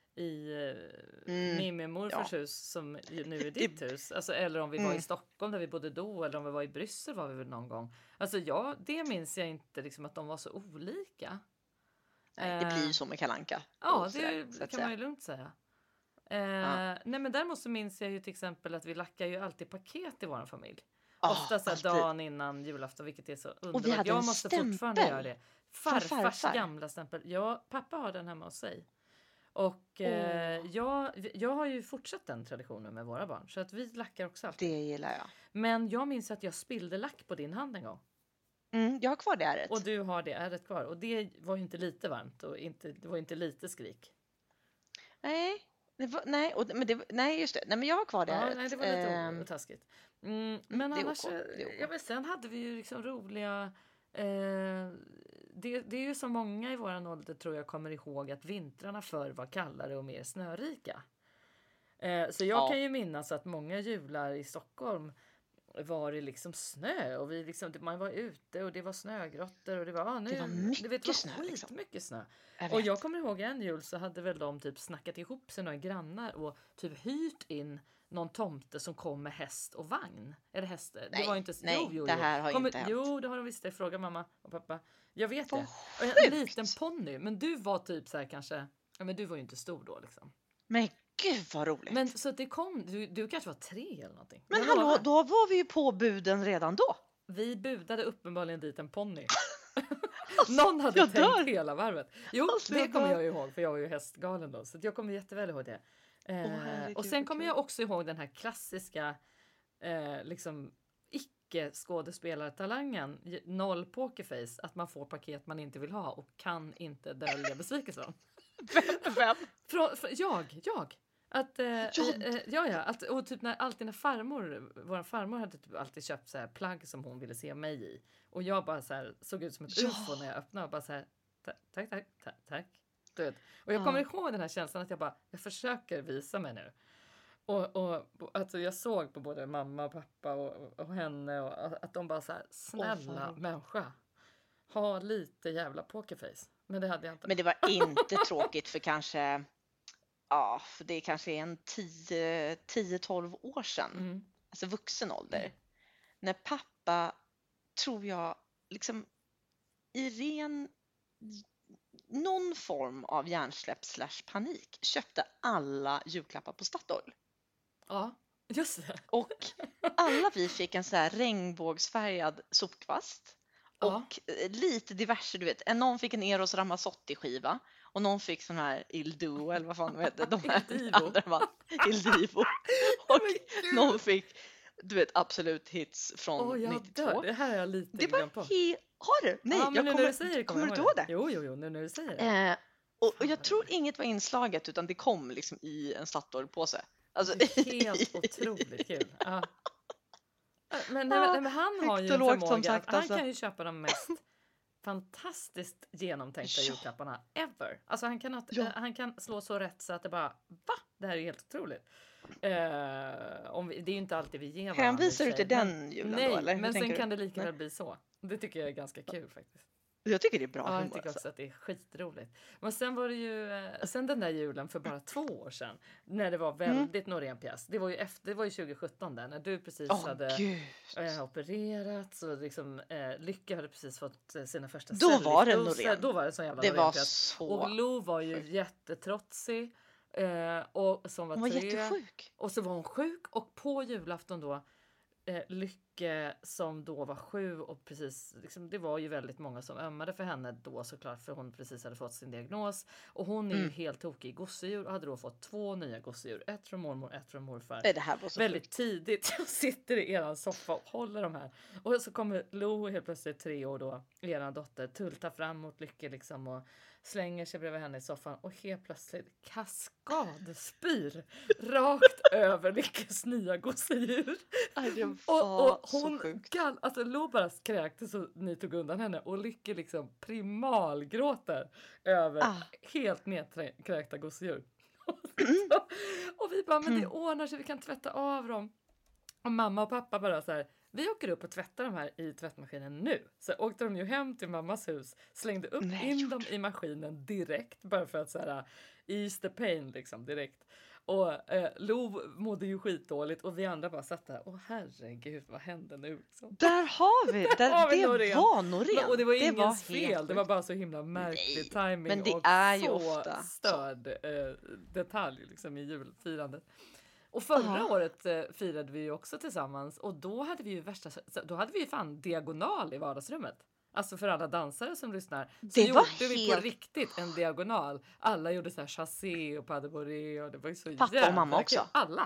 i eh, Mm, min med morfars ja. hus som ju nu är ditt hus. Alltså, eller om vi var Mm. i Stockholm där vi bodde då. Eller om vi var i Bryssel var vi väl någon gång. Alltså ja, det minns jag inte liksom att de var så olika. Nej, det Eh, blir ju så med Kalle Anka. Ja, och sådär, det så att kan säga. man ju lugnt säga. Eh, Ja. Nej, men däremot så minns jag ju till exempel att vi lackar ju alltid paket i vår familj. Ja, Ofta så här alltid. dagen innan julafton, vilket är så underbart. vi hade Jag en måste stämpel fortfarande göra det. från Farfars farfar. gamla stämpel. Ja, pappa har den hemma hos sig. Och eh, Åh. jag, jag har ju fortsatt den traditionen med våra barn. Så att vi lackar också alltid. Det gillar jag. Men jag minns att jag spillde lack på din hand en gång. Mm, jag har kvar det ärret. Och du har det ärret kvar. Och det var ju inte lite varmt och inte, det var ju inte lite skrik. Nej, det var, nej, och, men det, nej, just det. Nej, men jag har kvar det Ja, ärret. nej, det var lite Ehm, um, taskigt. Mm, men det är annars, OK, det är OK. ja, men sen hade vi ju liksom roliga... Eh, det, det är ju så många i våran ålder tror jag kommer ihåg att vintrarna förr var kallare och mer snörika. Eh, så jag Ja. kan ju minnas att många jular i Stockholm var det liksom snö och vi liksom, man var ute och det var snögrottor och det var, ah, nu, Det var mycket du vet, det var snö, liksom. skitmycket snö. Jag Och vet. jag kommer ihåg en jul så hade väl de typ snackat ihop sig några grannar och typ hyrt in någon tomte som kom med häst och vagn. Eller häst, det Nej, var inte, nej, jo, jo, det jo. här har Kommer, inte hänt. Jo, det har de visst det. Fråga mamma och pappa. Jag vet Vad det. Och en sjukt. liten ponny, men du var typ så här kanske, ja men du var ju inte stor då liksom. Men gud vad roligt. Men så att det kom, du, du kanske var tre eller någonting. Men Jag hallå, lovar. då var vi ju på buden redan då. Vi budade uppenbarligen dit en ponny. Någon hade jag tänkt dör. hela varvet. Jo, Alltså, det jag kommer dör. jag ihåg för jag var ju hästgalen då. Så att jag kommer jätteväl ihåg det. Eh, herregud, och sen vad kommer kul. jag också ihåg den här klassiska eh, liksom icke skådespelartalangen, j- noll pokerface, att man får paket man inte vill ha och kan inte dölja besvikelsen. Vem? Vem? Från, från, jag, jag. Att, eh, Ja. eh, ja, ja, att, och typ när, alltid när farmor, vår farmor hade typ alltid köpt så här plagg som hon ville se mig i. Och jag bara så här, såg ut som ett Ja. ufo när jag öppnade och bara så här, "Ta- tack, tack, tack, tack. Du vet. Och jag Ja. kommer ihåg den här känslan att jag bara, jag försöker visa mig nu. Och, och alltså jag såg på både mamma och pappa och, och henne och att de bara så här, snälla roligt. människa, ha lite jävla pokerface. Men det hade jag inte. Men det var inte tråkigt för kanske, ja, för det kanske är en tio tolv år sedan. Mm. Alltså vuxen ålder. När pappa, tror jag, liksom i ren någon form av hjärnsläpp slash panik köpte alla julklappar på Statoil. Ja, just det. Och alla vi fick en så här regnbågsfärgad sopkvast. Ja. Och eh, lite diverse, du vet. En- Någon fick en Eros Ramazzotti-skiva. Och någon fick sån här Il Duo, eller vad fan de heter. De här Il Divo. andra var Il Divo. Och någon fick, du vet, Absolut Hits från Åh, jag nittiotvå. dör. Det här har jag lite Det var glömt på. he- Har du? Nej, Ja, men jag nu kommer, när du säger det kommer du jag inte ihåg ihåg det? Jo, jo, jo, nu när du säger det. Eh, och, och Fan, jag vad tror roligt. inget var inslaget, utan det kom liksom i en Statoil-påse. Alltså, Det är helt otroligt kul. Ja. Men, nej, Ja, men, men han har ju högt och en lågt, förmåga som sagt, att han alltså. kan ju köpa de mest fantastiskt genomtänkta Ja. julklapparna ever. Alltså han kan, att, Ja. eh, han kan slå så rätt så att det bara, va? Det här är helt otroligt. Eh, om vi, det är ju inte alltid vi ger varandra. Hänvisar i du och för till sig, den julen Nej, då? Eller? Hur men sen tänker kan du? det lika Nej. väl bli så. Det tycker jag är ganska kul faktiskt. Jag tycker det är bra Ja, jag humor. tycker Alltså. också att det är skitroligt. Men sen var det ju, eh, sen den där julen för bara två år sedan, när det var Mm. väldigt Norén-pjäs. Det var ju efter, det var ju tjugo sjutton där, när du precis Åh hade gud. eh, opererats och liksom eh, Lycka hade precis fått eh, sina första Då var det cellgiftsdoser. Norén. Då var det så jävla Det var Norén-pjäs. Och så... Lo var ju jättetrotsig. Eh, och som var Hon var tre. jättesjuk. Och så var hon sjuk och på julafton då eh, Lycke som då var sju och precis, liksom, det var ju väldigt många som ömmade för henne då såklart för hon precis hade fått sin diagnos och hon är ju Mm. helt tokig i gosedjur och hade då fått två nya gosedjur, ett från mormor, ett från morfar. Nej, det här var så Väldigt sjukt. tidigt, jag sitter i eran soffa och håller de här och så kommer Lo helt plötsligt tre år då, eran dotter, tultar fram mot Lycke liksom och slänger sig bredvid henne i soffan och helt plötsligt kaskadspyr rakt över Lyckes nya gosedjur. Aj, det Och, var och så hon sjukt. gall, alltså Lo bara kräktes så ni tog undan henne och Lycke liksom primalgråter över Ah. helt nedkräkta gosedjur. Och vi bara, men det ordnar sig, vi kan tvätta av dem. Och mamma och pappa bara så här, vi åker upp och tvättar de här i tvättmaskinen nu. Så åkte de ju hem till mammas hus, slängde upp Nej, in gjort. dem i maskinen direkt. Bara för att så här, ease the pain liksom direkt. Och eh, Lo mådde ju skitdåligt och vi andra bara satt där, åh herregud, vad hände nu liksom? Där har vi, där, har vi det Norén. var Norén. Och det var Det ingens var fel, helt det var sjukt. bara så himla märklig Nej, timing men det och är ju så ofta så. störd eh, detalj liksom i julfirandet. Och förra Ja. året eh, firade vi ju också tillsammans och då hade vi ju värsta, då hade vi ju fan diagonal i vardagsrummet. Alltså för alla dansare som lyssnar. Så Det var gjorde vi på helt- riktigt en diagonal. Alla gjorde så här chassé och pas de bourrée och det var ju så Pappa och jävla mamma kul. också? Alla.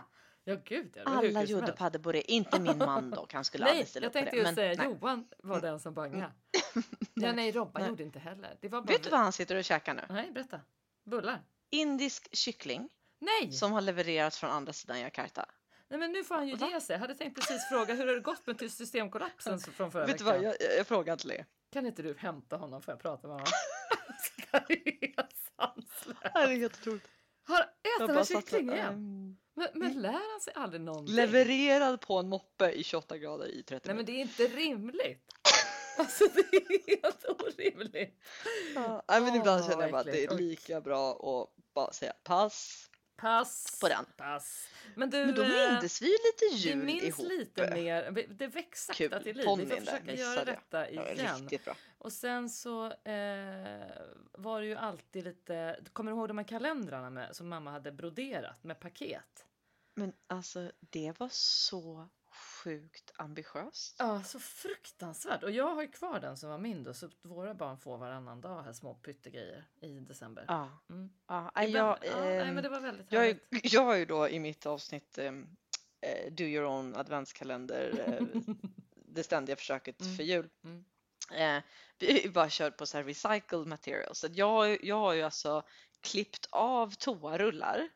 Ja, gud. Ja, det var hur Alla kul som gjorde helst. paddebody, inte min man då, han skulle Nej, aldrig ställa jag upp på tänkte det. ju Men säga nej. Johan var den som bangade. Ja, Nej, nej, Robban nej. gjorde inte heller. Det var bara Vet du vi... vad han sitter och käkar nu? Nej, berätta. Bullar. Indisk kyckling Nej! som har levererats från andra sidan Jakarta. Nej, men nu får han ju Va? ge sig. Jag hade tänkt precis fråga hur har det gått med systemkollapsen från förra Vet du veckan. vad, jag, jag frågar inte det. Kan inte du hämta honom för att prata med honom? Det är helt sanslöst. Det är helt otroligt. Har äter Jag han bara satt kyckling så- igen? ehm, Men, men lär han sig aldrig någonting? levererad på en moppe i tjugoåtta grader i trettio Nej, men minuter. det är inte rimligt. Alltså det är helt orimligt. Ja, nej, men Åh, ibland känner vad jag bara att det äckligt. är Oj. lika bra att bara säga pass. Pass. På den. Pass. Men du, Men då eh, mindes vi ju lite vi jul minns ihop. lite mer. Vi- Det väcks sakta Kul. till liv. Vi Ponnyn får där, försöka missade göra jag. detta Det var igen. riktigt bra. Och sen så eh, var det ju alltid lite... Kommer du ihåg de här kalendrarna med, som mamma hade broderat med paket? Men alltså det var så sjukt ambitiöst. Ja, så fruktansvärt. Och jag har ju kvar den som var min då. Så våra barn får varannan dag här små pyttegrejer i december. Ja. Mm. Ja, nej, Ibland- jag, ja, nej, ehm, men det var väldigt jag, är, härligt. jag har ju då i mitt avsnitt ehm, eh, Do Your Own adventskalender eh, det ständiga försöket Mm. för jul. Mm. Eh, vi har ju bara kört på så här recycled material. Så att jag, har ju- jag har ju alltså klippt av toarullar.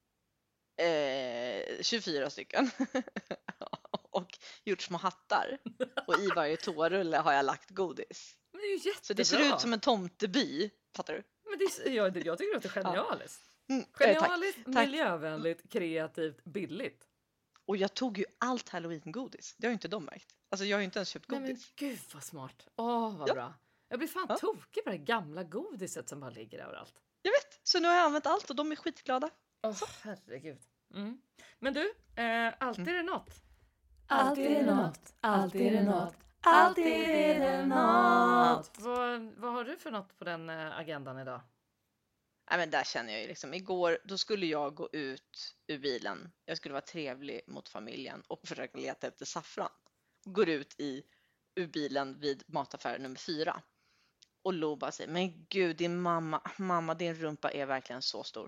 Eh, tjugofyra stycken. Och gjort små hattar. Och i varje toarulle har jag lagt godis. Men det är ju jättebra. Så det ser ut som en tomteby. Fattar du? Men det är, jag, jag tycker det låter genialiskt. Mm, eh, tack. Genialiskt, tack. miljövänligt, kreativt, billigt. Och jag tog ju allt halloween-godis. Det har ju inte de märkt. Alltså jag har ju inte ens köpt Nej men godis. gud vad smart. Åh vad Ja. bra. Jag blir fan Ja. tokig på det här gamla godiset som bara ligger överallt. Jag vet. Så nu har jag använt allt och de är skitglada. Åh herregud. Mm. Men du, eh, alltid är det något. Alltid är det något, alltid är det något, alltid är det något. Vad, vad har du för något på den eh, agendan idag? Nej men där känner jag ju liksom. Igår då skulle jag gå ut ur bilen. Jag skulle vara trevlig mot familjen och försöka leta efter saffran. Går ut i ur bilen vid mataffär nummer fyra. Och Lo bara säger, men gud din mamma, mamma din rumpa är verkligen så stor.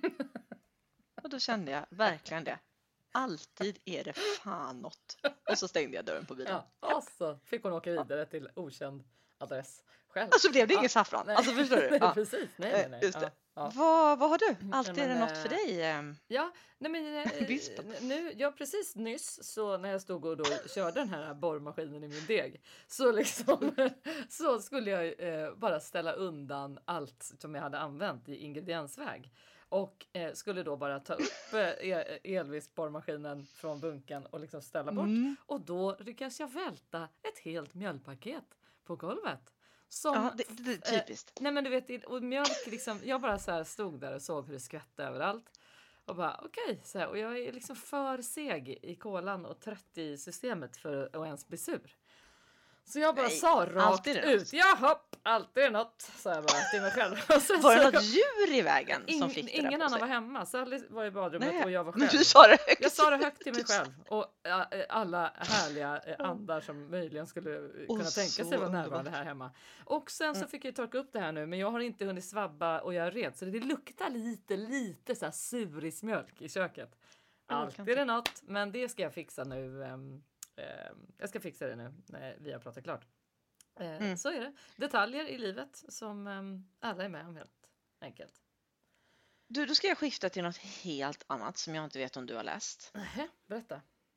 Och då kände jag verkligen det. Alltid är det fan något. Och så stängde jag dörren på bilen. Ja, och så fick hon åka vidare till okänd adress själv. Och så blev det Ja, ingen saffran. nej. Alltså förstår du? Nej, Ja. precis. Nej, nej, nej. Just det. Ja, ja. Vad, vad har du? Alltid Nej, är det men, något för eh, dig? ehm? Ja, nej men eh, Vispen. nu, ja precis nyss så när jag stod och då körde den här borrmaskinen i min deg så liksom så skulle jag eh, bara ställa undan allt som jag hade använt i ingrediensväg och eh, skulle då bara ta upp eh, Elvis borrmaskinen från bunken och liksom ställa bort Mm. och då lyckas jag välta ett helt mjölkpaket på golvet. Som Ja, det, det, det är typiskt. Nej men du vet, och mjölk liksom, jag bara så här stod där och såg hur det skvätte överallt. Och bara okej, så här, och jag är liksom för seg i kolan och trött i systemet för att ens bli sur. Så jag bara Nej, sa rakt alltid är det något. ut, ja hopp, alltid är det något, sa jag bara till mig själv. Och sen Var det så- något djur i vägen som Ing- fick det ingen där på annan sig? var hemma, Sally var i badrummet Nej, och jag var men själv. du sa det högt. Jag sa det högt till mig själv och ja, alla härliga eh, andar som möjligen skulle eh, kunna Och tänka så sig vara närvarande underbart. här hemma. Och sen så Mm. fick jag torka upp det här nu men jag har inte hunnit svabba och jag är red så det luktar lite, lite så här surismjölk i köket. Ja, Alltid kan är det något men det ska jag fixa nu. ehm, ehm, jag ska fixa det nu när vi har pratat klart. Eh, Mm. Så är det. Detaljer i livet som ehm, alla är med om helt enkelt. Du, då ska jag skifta till något helt annat som jag inte vet om du har läst. Nähä, berätta.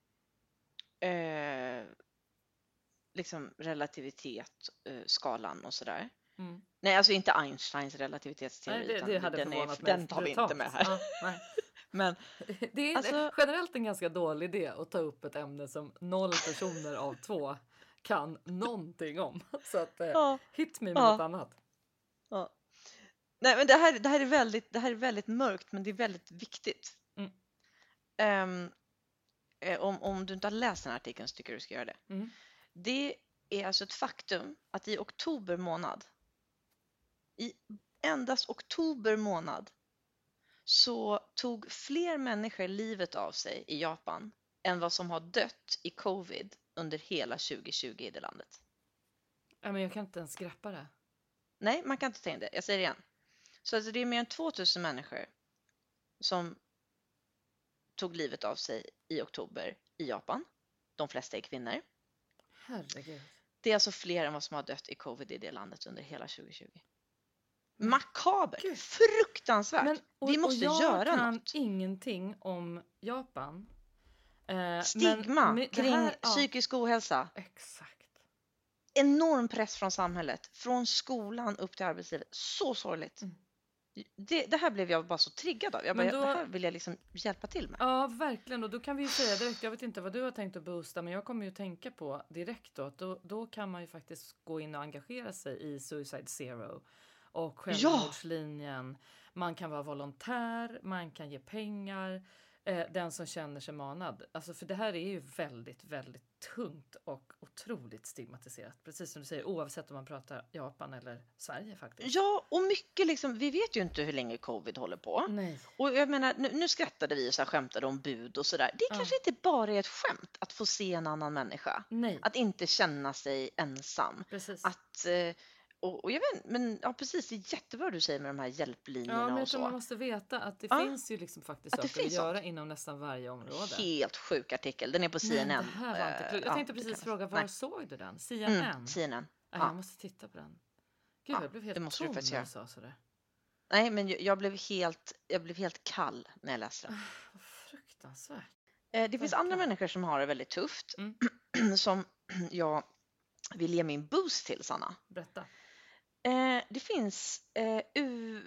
Eh, liksom relativitet, eh, skalan och sådär. Mm. Nej, alltså inte Einsteins relativitetsteori. Nej, det, utan det hade den, förvånat är, mig. den tar vi brutalt. inte med här. Ja, nej. Men Det är Alltså- generellt en ganska dålig idé att ta upp ett ämne som noll personer av två kan någonting om. Så att eh, ja, hit me med Ja. något annat. ja. Nej, men det här, det här är väldigt, det här är väldigt mörkt, men det är väldigt viktigt. Mm. Ehm, eh, om, om du inte har läst den här artikeln så tycker jag du ska göra det. Mm. Det är alltså ett faktum att i oktober månad, i endast oktober månad, så tog fler människor livet av sig i Japan än vad som har dött i covid under hela tjugo tjugo i det landet. Ja, men jag kan inte ens greppa det. Nej, man kan inte ta in det. Jag säger det igen. Så alltså det är mer än tvåtusen människor som tog livet av sig i oktober i Japan. De flesta är kvinnor. Herregud. Det är alltså fler än vad som har dött i covid i det landet under hela tjugo tjugo. Makabert, Gud. fruktansvärt. Men, och, Vi måste och jag göra kan något. ingenting om Japan. Eh, Stigma men, men det kring här, ja, psykisk ohälsa. exakt. Enorm press från samhället, från skolan upp till arbetslivet. Så sorgligt. Mm. Det, det här blev jag bara så triggad av. Jag bara, Men då- det här vill jag liksom hjälpa till med. Ja, verkligen. Och då kan vi ju säga direkt, jag vet inte vad du har tänkt att boosta, men jag kommer ju tänka på direkt då, att då, då kan man ju faktiskt gå in och engagera sig i Suicide Zero och självmordslinjen. Man kan vara volontär, man kan ge pengar, eh, den som känner sig manad. Alltså för det här är ju väldigt, väldigt tungt och otroligt stigmatiserat. Precis som du säger, oavsett om man pratar Japan eller Sverige faktiskt. Ja, och mycket liksom, vi vet ju inte hur länge covid håller på. Nej. Och jag menar, nu, nu skrattade vi och så här, skämtade om bud och sådär. Det Ja. kanske inte bara är ett skämt att få se en annan människa. Nej, Att inte känna sig ensam. precis. Att, eh, och, och jag vet men ja precis, det är jättebra du säger med de här hjälplinjerna Ja, men jag och tror så. man måste veta att det Ja, finns ju liksom faktiskt att det saker att finns göra inom nästan varje område. Helt sjuk artikel, den är på C Men N N. det här var inte Eh, klokt. Jag ja, tänkte det precis kan- fråga, var nej. såg du den? C N N? Mm, C N N. Nej, Ja. jag måste titta på den. Gud, Ja, jag blev det helt måste du tom faktiskt när göra. jag sa sådär. Nej, men jag, jag, blev helt, jag blev helt kall när jag läste den. Vad fruktansvärt. Eh, det finns andra Verkligen. människor som har det väldigt tufft. Mm. Som jag vill ge min boost till, Sanna. Berätta. Eh, det finns eh, U,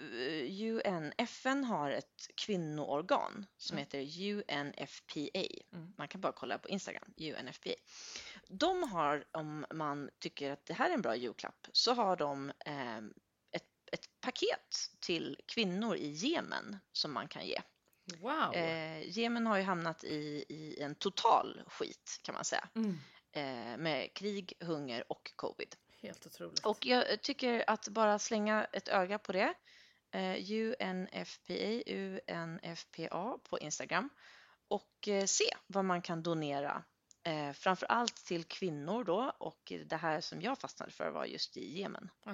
U N, F N har ett kvinnoorgan som Mm. heter U N F P A. Mm. Man kan bara kolla på Instagram, U N F P A. De har, om man tycker att det här är en bra julklapp, så har de eh, ett, ett paket till kvinnor i Jemen som man kan ge. Wow. Eh, Jemen har ju hamnat i, i en total skit kan man säga. Mm. Eh, med krig, hunger och covid. Helt otroligt. Och jag tycker att bara slänga ett öga på det. Eh, U N F P A, U N F P A på Instagram. Och eh, se vad man kan donera. Eh, framförallt till kvinnor då. Och det här som jag fastnade för var just i Jemen. Ah.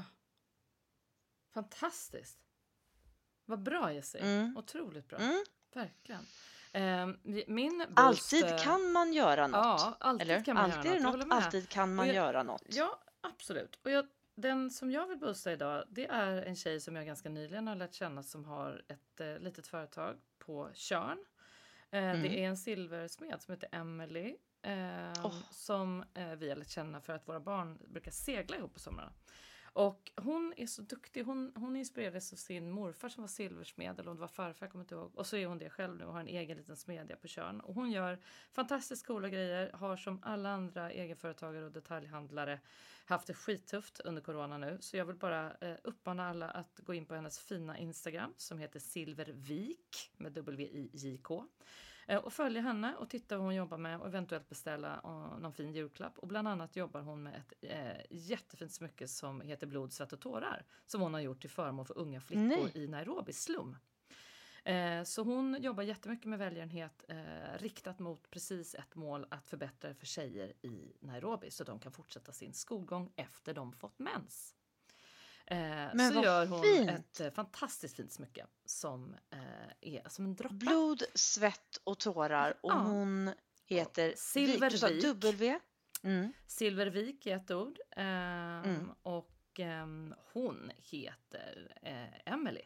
Fantastiskt. Vad bra, Jessie. Mm. Otroligt bra. Mm. Verkligen. Ehm, min boost, Alltid eh, kan man göra något. Ja, alltid Eller? kan man alltid göra är något. det Jag något. håller med. Alltid kan man Och jag- göra något. Ja, absolut. Och jag, den som jag vill boosta idag, det är en tjej som jag ganska nyligen har lärt känna som har ett eh, litet företag på Tjörn. Eh, Mm. Det är en silversmed som heter Emily. Eh, Åh. Som eh, vi har lärt känna för att våra barn brukar segla ihop på somrarna. Och hon är så duktig. Hon, hon inspirerades av sin morfar som var silversmed. Eller om det var farfar, jag kommer inte ihåg. Och så är hon det själv nu och har en egen liten smedja på Tjörn. Och hon gör fantastiskt coola grejer. Har som alla andra egenföretagare och detaljhandlare haft det skittufft under corona nu. Så jag vill bara eh, uppmana alla att gå in på hennes fina Instagram som heter Silvervik med W I J K. Eh, Och följa henne och titta vad hon jobbar med och eventuellt beställa eh, någon fin julklapp. Och bland annat jobbar hon med ett eh, jättefint smycke som heter Blod, svett och tårar. Som hon har gjort till förmån för unga flickor Nej. i Nairobi slum. Eh, så hon jobbar jättemycket med välgörenhet eh, riktat mot precis ett mål att förbättra för tjejer i Nairobi. Så de kan fortsätta sin skolgång efter de fått mens. Eh, Men så vad gör hon fint. ett eh, fantastiskt fint smycke som eh, är som en droppe. Blod, svett och tårar. Och Ja. hon heter Silvervik. Du sa W. Mm. Silvervik är ett ord. Ehm, Mm. Och ehm, hon heter eh, Emily.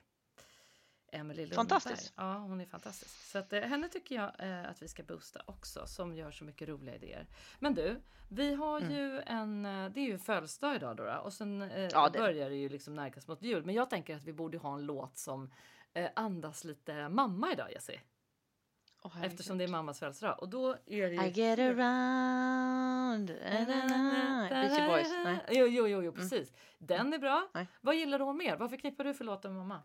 Emily Lundberg. Fantastiskt. Ja, hon är fantastisk. Så att, eh, henne tycker jag eh, att vi ska boosta också. Som gör så mycket roliga idéer. Men du, vi har Mm. ju en, eh, det är ju en födelsedag idag då. då och sen eh, Ja, det- börjar det ju liksom närkas mot jul. Men jag tänker att vi borde ha en låt som eh, andas lite mamma idag, Jessie. Åh, herregud. Eftersom det är mammas födelsedag. Och då är det ju... I get around. Beastie Boys. Nej. Jo, jo, jo, jo precis. Den är bra. Nej. Vad gillar du mer? Vad förknippar du för låten med mamma?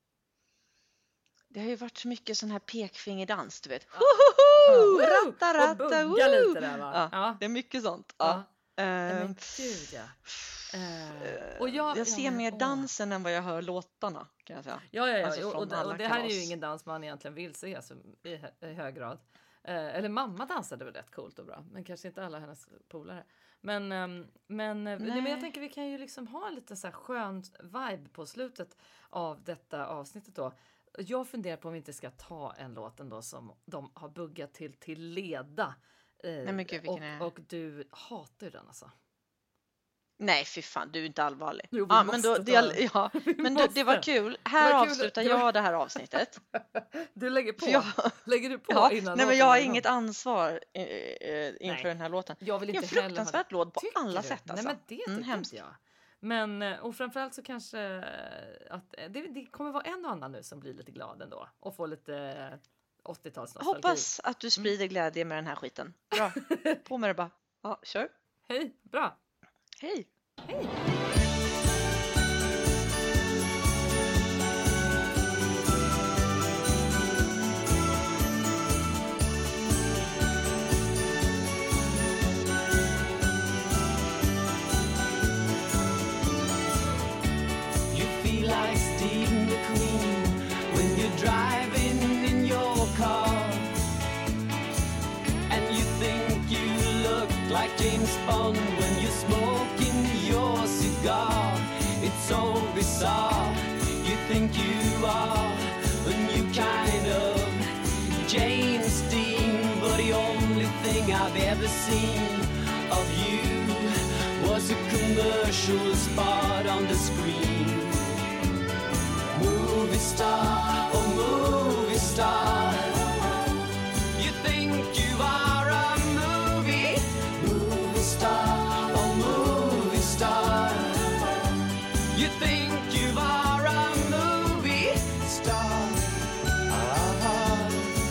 Det har ju varit så mycket sån här pekfingerdans, du vet. Ja. Woho! Ja, Ratta, och ratta, bugga woo! lite där, va? Ja, Ja. det är mycket sånt. Ja. Ja. Nej, Ehm, men gud, ja. Eh, och jag, jag ser ja, men, mer åh. dansen än vad jag hör låtarna, kan jag säga. Ja, ja, ja. Alltså och, från och, det- alla och det här är ju kalas. ingen dans man egentligen vill se alltså, i, hö- i hög grad. Eh, eller mamma dansade väl rätt coolt och bra. Men kanske inte alla hennes polare. Men, ehm, men, eh, nej, men jag Nej. tänker vi kan ju liksom ha en lite så här skön vibe på slutet av detta avsnittet då. jag funderar på om vi inte ska ta en låt ändå som de har buggat till till leda. Eh, Nej, men gud, vilken och, är- och du hatar ju den alltså. Nej, fy fan, du är inte allvarlig. Jo, vi ja, men måste då, ta det, den. ja, Vi men du, det var måste. kul. Här Det var kul. avslutar Det var- jag det här avsnittet. Du lägger på. För jag- Lägger du på Ja, innan nej, men låten jag har är igång? inget ansvar eh, eh, inför Nej. den här låten. Jag vill Jag är inte en heller ha- fruktansvärt låd på Tycker alla du? sätt. Alltså. Nej, men det tycker Mm, hemskt. inte jag. Men, eh, och framförallt så kanske eh, att eh, det, det kommer vara en och annan nu som blir lite glad ändå och får lite eh, åttiotalsnostalgi. Hoppas att du sprider glädje med den här skiten. Bra, på med det bara. Ja, kör. Hej, bra. Hej. Hej. You feel like Steve McQueen when you're driving in your car. And you think you look like James Bond when you're smoking your cigar. It's so bizarre. You think you are a new kind of James Dean, but the only thing I've ever seen of you was a commercial spot on the screen. Movie star, oh movie star, you think you are a movie? Movie star, oh movie star, you think you are a movie star. Ah.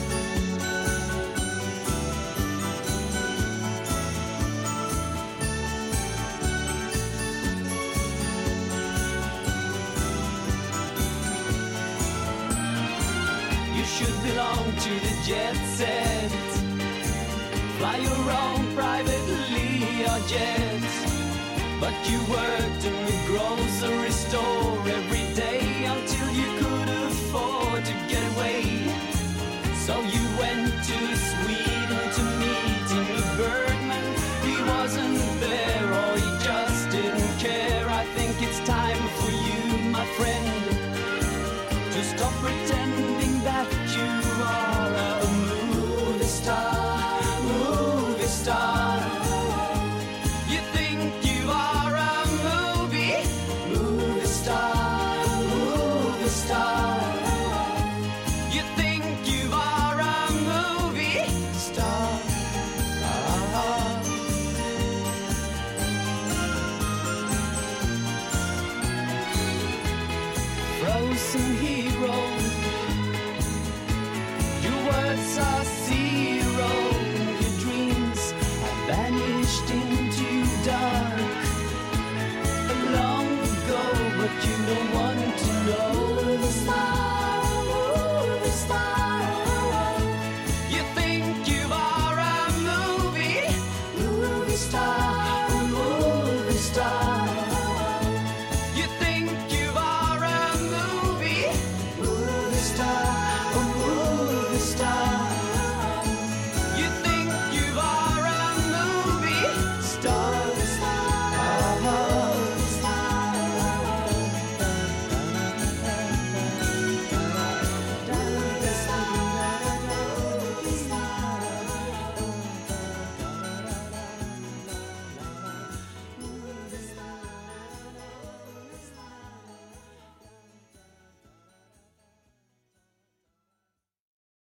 You should belong to the jet set. Fly your own private Learjet. But you worked in the grocery store every day until you could afford to get away. So you went to Sweden to meet Ingmar Bergman. He wasn't there or he just didn't care. I think it's time for you, my friend, to stop pretending that you are a movie star, movie star. You think you are a movie, movie star, movie star. You think you are a movie star. Ah. Frozen hero, your words are sealed.